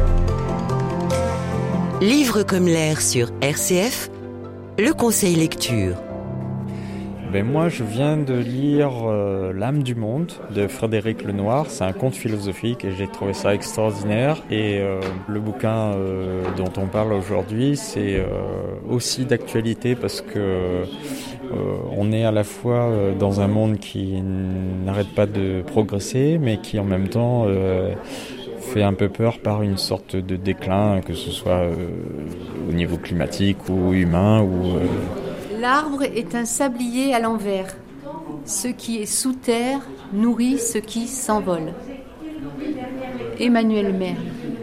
Livre comme l'air sur R C F, le conseil lecture. Ben moi, je viens de lire euh, L'âme du monde de Frédéric Lenoir. C'est un conte philosophique et j'ai trouvé ça extraordinaire. Et euh, le bouquin euh, dont on parle aujourd'hui, c'est euh, aussi d'actualité parce que euh, on est à la fois euh, dans un monde qui n'arrête pas de progresser, mais qui en même temps euh, fait un peu peur par une sorte de déclin, que ce soit euh, au niveau climatique ou humain ou... Euh, L'arbre est un sablier à l'envers. Ce qui est sous terre nourrit ce qui s'envole. Emmanuel Merle.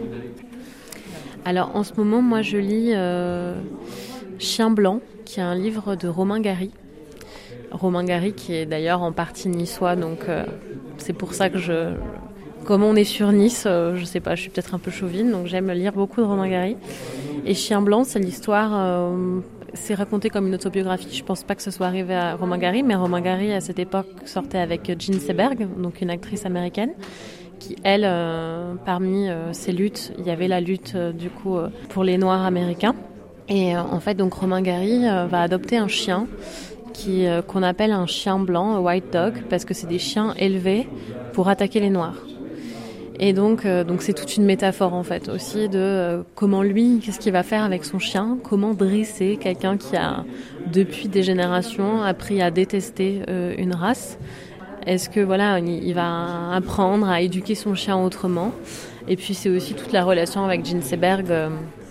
Alors en ce moment, moi je lis euh, Chien blanc, qui est un livre de Romain Gary. Romain Gary qui est d'ailleurs en partie niçois, donc euh, c'est pour ça que je... Comme on est sur Nice, euh, je sais pas, je suis peut-être un peu chauvine, donc j'aime lire beaucoup de Romain Gary. Et Chien blanc, c'est l'histoire... Euh, c'est raconté comme une autobiographie. Je pense pas que ce soit arrivé à Romain Gary, mais Romain Gary, à cette époque, sortait avec Jean Seberg, donc une actrice américaine, qui, elle, euh, parmi euh, ses luttes, il y avait la lutte, euh, du coup, euh, pour les Noirs américains. Et euh, en fait, donc, Romain Gary euh, va adopter un chien qui, euh, qu'on appelle un chien blanc, un white dog, parce que c'est des chiens élevés pour attaquer les Noirs. Et donc, euh, donc c'est toute une métaphore en fait aussi de euh, comment lui, qu'est-ce qu'il va faire avec son chien, comment dresser quelqu'un qui a depuis des générations appris à détester euh, une race. Est-ce que voilà, il, il va apprendre à éduquer son chien autrement. Et puis c'est aussi toute la relation avec Jean Seberg. Euh...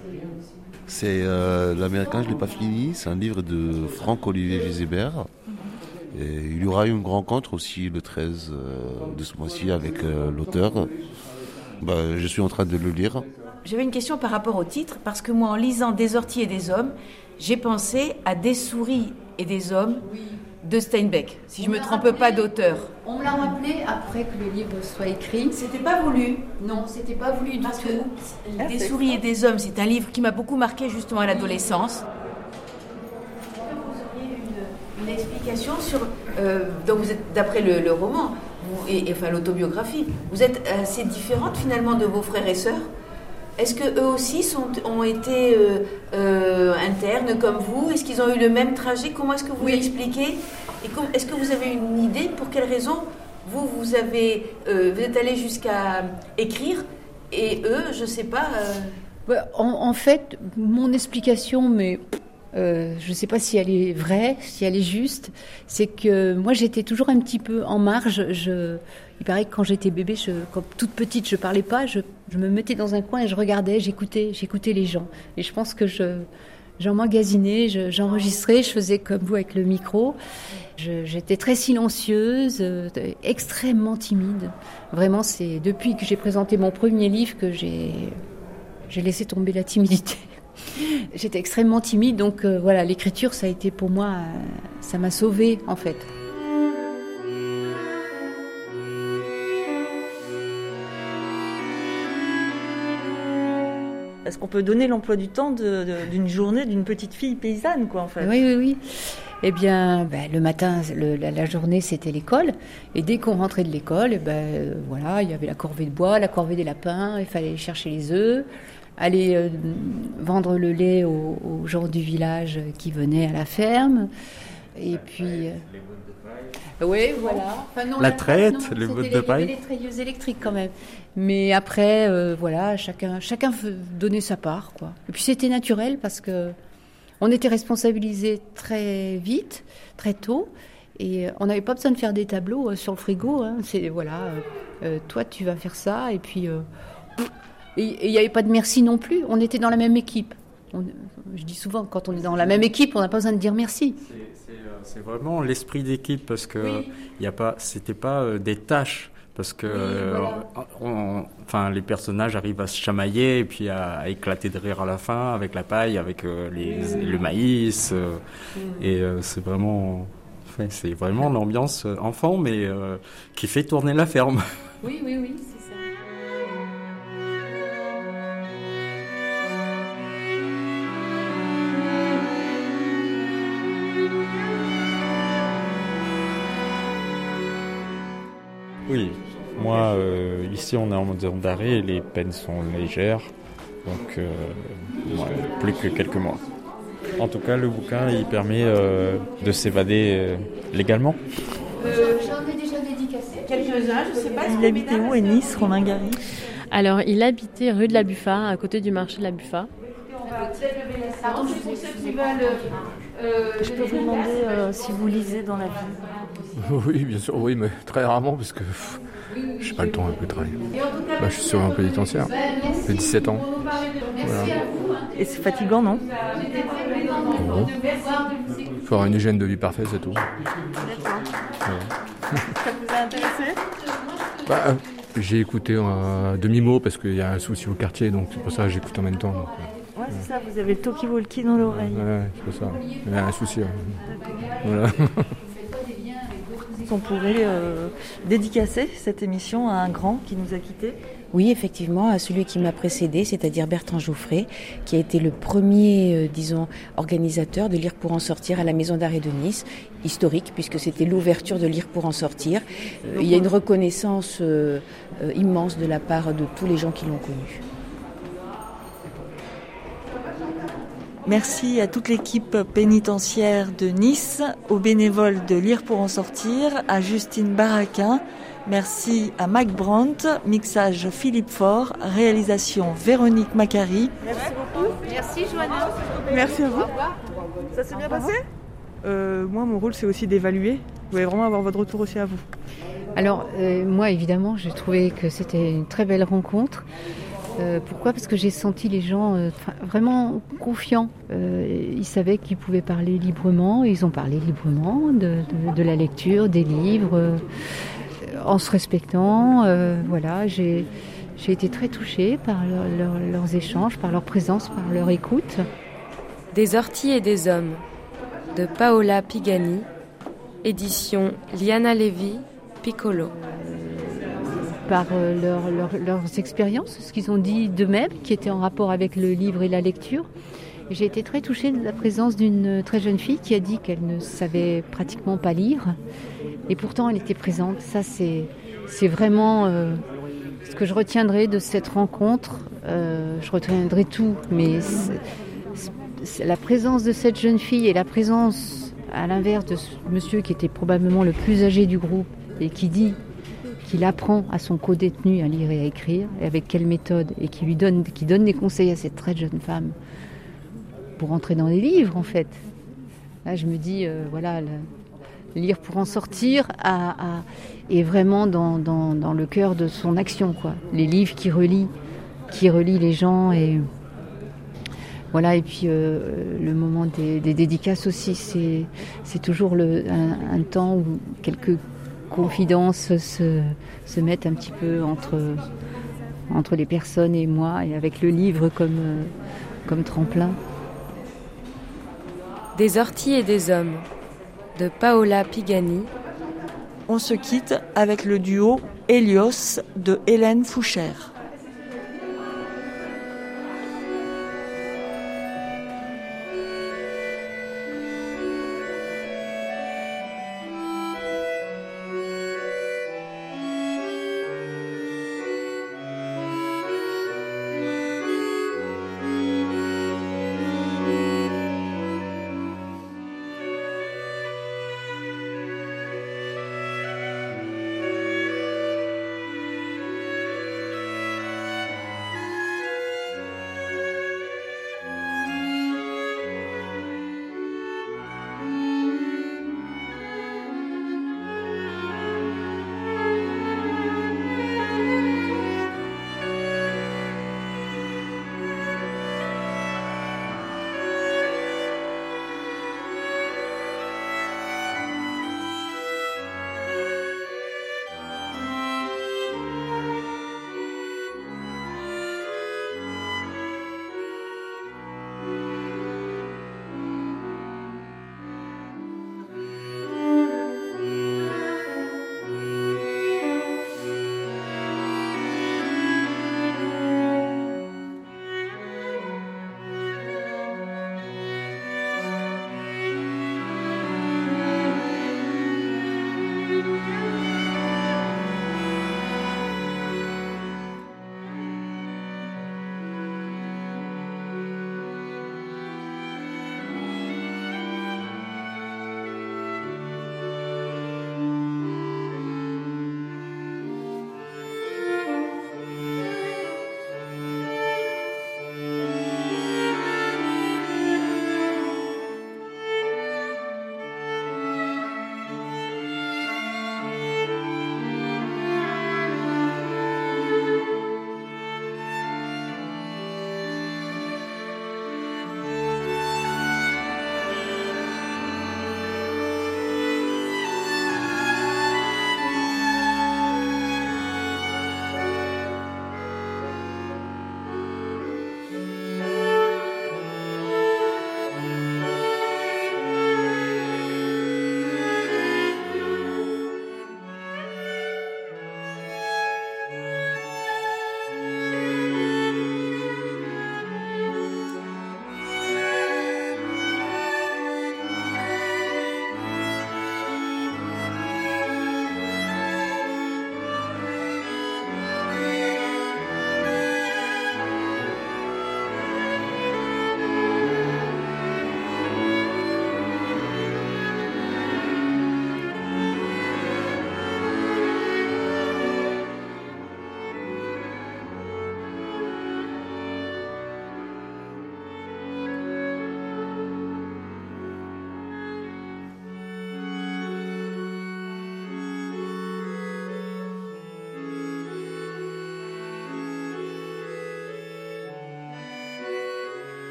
C'est euh, l'américain, je l'ai pas fini. C'est un livre de Franck-Olivier Gisébert. Et il y aura une rencontre aussi le treize de ce mois-ci avec euh, l'auteur. Bah, je suis en train de le lire. J'avais une question par rapport au titre, parce que moi, en lisant Des orties et des hommes, j'ai pensé à Des souris et des hommes de Steinbeck, si je ne me trompe rappelé, pas d'auteur. On me l'a rappelé après que le livre soit écrit. C'était pas voulu. Non, c'était pas voulu du parce tout. Que ah, Des souris et des hommes, c'est un livre qui m'a beaucoup marqué justement à l'adolescence. Vous auriez une, une explication explication sur. Euh, donc vous êtes, d'après le, le roman, vous, et, et enfin l'autobiographie, vous êtes assez différente finalement de vos frères et sœurs. Est-ce qu'eux aussi sont, ont été euh, euh, internes comme vous? Est-ce qu'ils ont eu le même trajet? Comment est-ce que vous oui. expliquez? Et com- est-ce que vous avez une idée pour quelles raisons vous, vous, avez, euh, vous êtes allé jusqu'à écrire et eux, je ne sais pas... Euh... En, en fait, mon explication, mais euh, je ne sais pas si elle est vraie, si elle est juste, c'est que moi j'étais toujours un petit peu en marge. Je, il paraît que quand j'étais bébé, je, quand toute petite, je ne parlais pas, je, je me mettais dans un coin et je regardais, j'écoutais, j'écoutais les gens. Et je pense que je, j'emmagasinais, je, j'enregistrais, je faisais comme vous avec le micro. Je, j'étais très silencieuse, euh, extrêmement timide. Vraiment, c'est depuis que j'ai présenté mon premier livre que j'ai... J'ai laissé tomber la timidité. J'étais extrêmement timide, donc euh, voilà, l'écriture, ça a été pour moi, euh, ça m'a sauvée en fait. Est-ce qu'on peut donner l'emploi du temps de, de, d'une journée d'une petite fille paysanne, quoi, en fait? Oui, oui, oui. Eh bien, ben, le matin, le, la, la journée, c'était l'école. Et dès qu'on rentrait de l'école, ben, euh, voilà, il y avait la corvée de bois, la corvée des lapins, il fallait aller chercher les œufs, aller euh, vendre le lait aux, aux gens du village qui venaient à la ferme. Et puis... Euh, oui, voilà. Enfin, non, la, la traite, non, le bout de paille. Il y avait les treilleuses électriques quand même. Mais après, euh, voilà, chacun, chacun donnait sa part, quoi. Et puis c'était naturel parce que on était responsabilisés très vite, très tôt, et on n'avait pas besoin de faire des tableaux sur le frigo. Hein. C'est voilà, euh, toi tu vas faire ça, et puis euh, et il n'y avait pas de merci non plus. On était dans la même équipe. On, je dis souvent, quand on est dans la même équipe, on n'a pas besoin de dire merci. C'est, c'est, euh, c'est vraiment l'esprit d'équipe parce que oui. il y a pas, c'était pas euh, des tâches. Parce que oui, voilà. euh, on, enfin, les personnages arrivent à se chamailler et puis à, à éclater de rire à la fin avec la paille, avec euh, les, oui. le maïs. Euh, oui. Et euh, c'est vraiment, enfin, c'est vraiment l'ambiance enfant, mais euh, qui fait tourner la ferme. Oui, oui, oui, c'est ça. Oui. Moi, euh, ici, on est en mode d'arrêt et les peines sont légères, donc euh, ouais, plus que quelques mois. En tout cas, le bouquin, il permet euh, de s'évader euh, légalement. Euh, j'en ai déjà dédicacé quelques-uns, je ne sais pas. Il habitait où à Nice, Romain Gary? Alors, il habitait rue de la Buffa, à côté du marché de la Buffa. Je peux vous demander euh, si vous lisez dans la vie? Oui, bien sûr, oui, mais très rarement parce que je n'ai pas le temps de travailler. Bah, je suis sur un pénitentiaire, j'ai dix-sept ans. Voilà. Et c'est fatigant, non? Bon. Il faut avoir une hygiène de vie parfaite, c'est tout. D'accord. Ouais. Ça vous a intéressé? Bah, j'ai écouté à demi-mot parce qu'il y a un souci au quartier, donc c'est pour ça que j'écoute en même temps. Donc, ouais, ouais, c'est ça, vous avez le talkie-walkie dans l'oreille. Ouais, c'est pour ça. Il y a un souci. Ouais. Voilà. On pourrait euh, dédicacer cette émission à un grand qui nous a quittés. Oui, effectivement, à celui qui m'a précédé, c'est-à-dire Bertrand Jouffret, qui a été le premier, euh, disons, organisateur de Lire pour en sortir à la Maison d'arrêt de Nice, historique, puisque c'était l'ouverture de Lire pour en sortir. Euh, il y a une reconnaissance euh, euh, immense de la part de tous les gens qui l'ont connu. Merci à toute l'équipe pénitentiaire de Nice, aux bénévoles de Lire pour en sortir, à Justine Baraquin. Merci à Mike Brandt, mixage Philippe Faure, réalisation Véronique Macari. Merci beaucoup. Merci Joanna. Merci à vous. Ça s'est bien passé ? euh, Moi, mon rôle, c'est aussi d'évaluer. Vous allez vraiment avoir votre retour aussi à vous. Alors, euh, moi, évidemment, j'ai trouvé que c'était une très belle rencontre. Euh, pourquoi ? Parce que j'ai senti les gens euh, vraiment confiants. Euh, ils savaient qu'ils pouvaient parler librement. Ils ont parlé librement de, de, de la lecture, des livres, euh, en se respectant. Euh, voilà, j'ai, j'ai été très touchée par leur, leur, leurs échanges, par leur présence, par leur écoute. Des orties et des hommes, de Paola Pigani, édition Liana Lévy, Piccolo. Par leur, leur, leurs expériences, ce qu'ils ont dit d'eux-mêmes, qui étaient en rapport avec le livre et la lecture. J'ai été très touchée de la présence d'une très jeune fille qui a dit qu'elle ne savait pratiquement pas lire. Et pourtant, elle était présente. Ça, c'est, c'est vraiment euh, ce que je retiendrai de cette rencontre. Euh, je retiendrai tout, mais c'est, c'est la présence de cette jeune fille et la présence, à l'inverse de ce monsieur qui était probablement le plus âgé du groupe et qui dit qu'il apprend à son co-détenu à lire et à écrire, et avec quelle méthode, et qui lui donne, qui donne des conseils à cette très jeune femme pour entrer dans les livres, en fait. Là, je me dis, euh, voilà, le, lire pour en sortir à, à, est vraiment dans, dans, dans le cœur de son action, quoi. Les livres qui relient, qui relient les gens, et voilà. Et puis euh, le moment des, des dédicaces aussi, c'est, c'est toujours le, un, un temps où quelques confidences se, se mettent un petit peu entre, entre les personnes et moi, et avec le livre comme, euh, comme tremplin. Des orties et des hommes, de Paola Pigani. On se quitte avec le duo Hélios de Hélène Fouchère.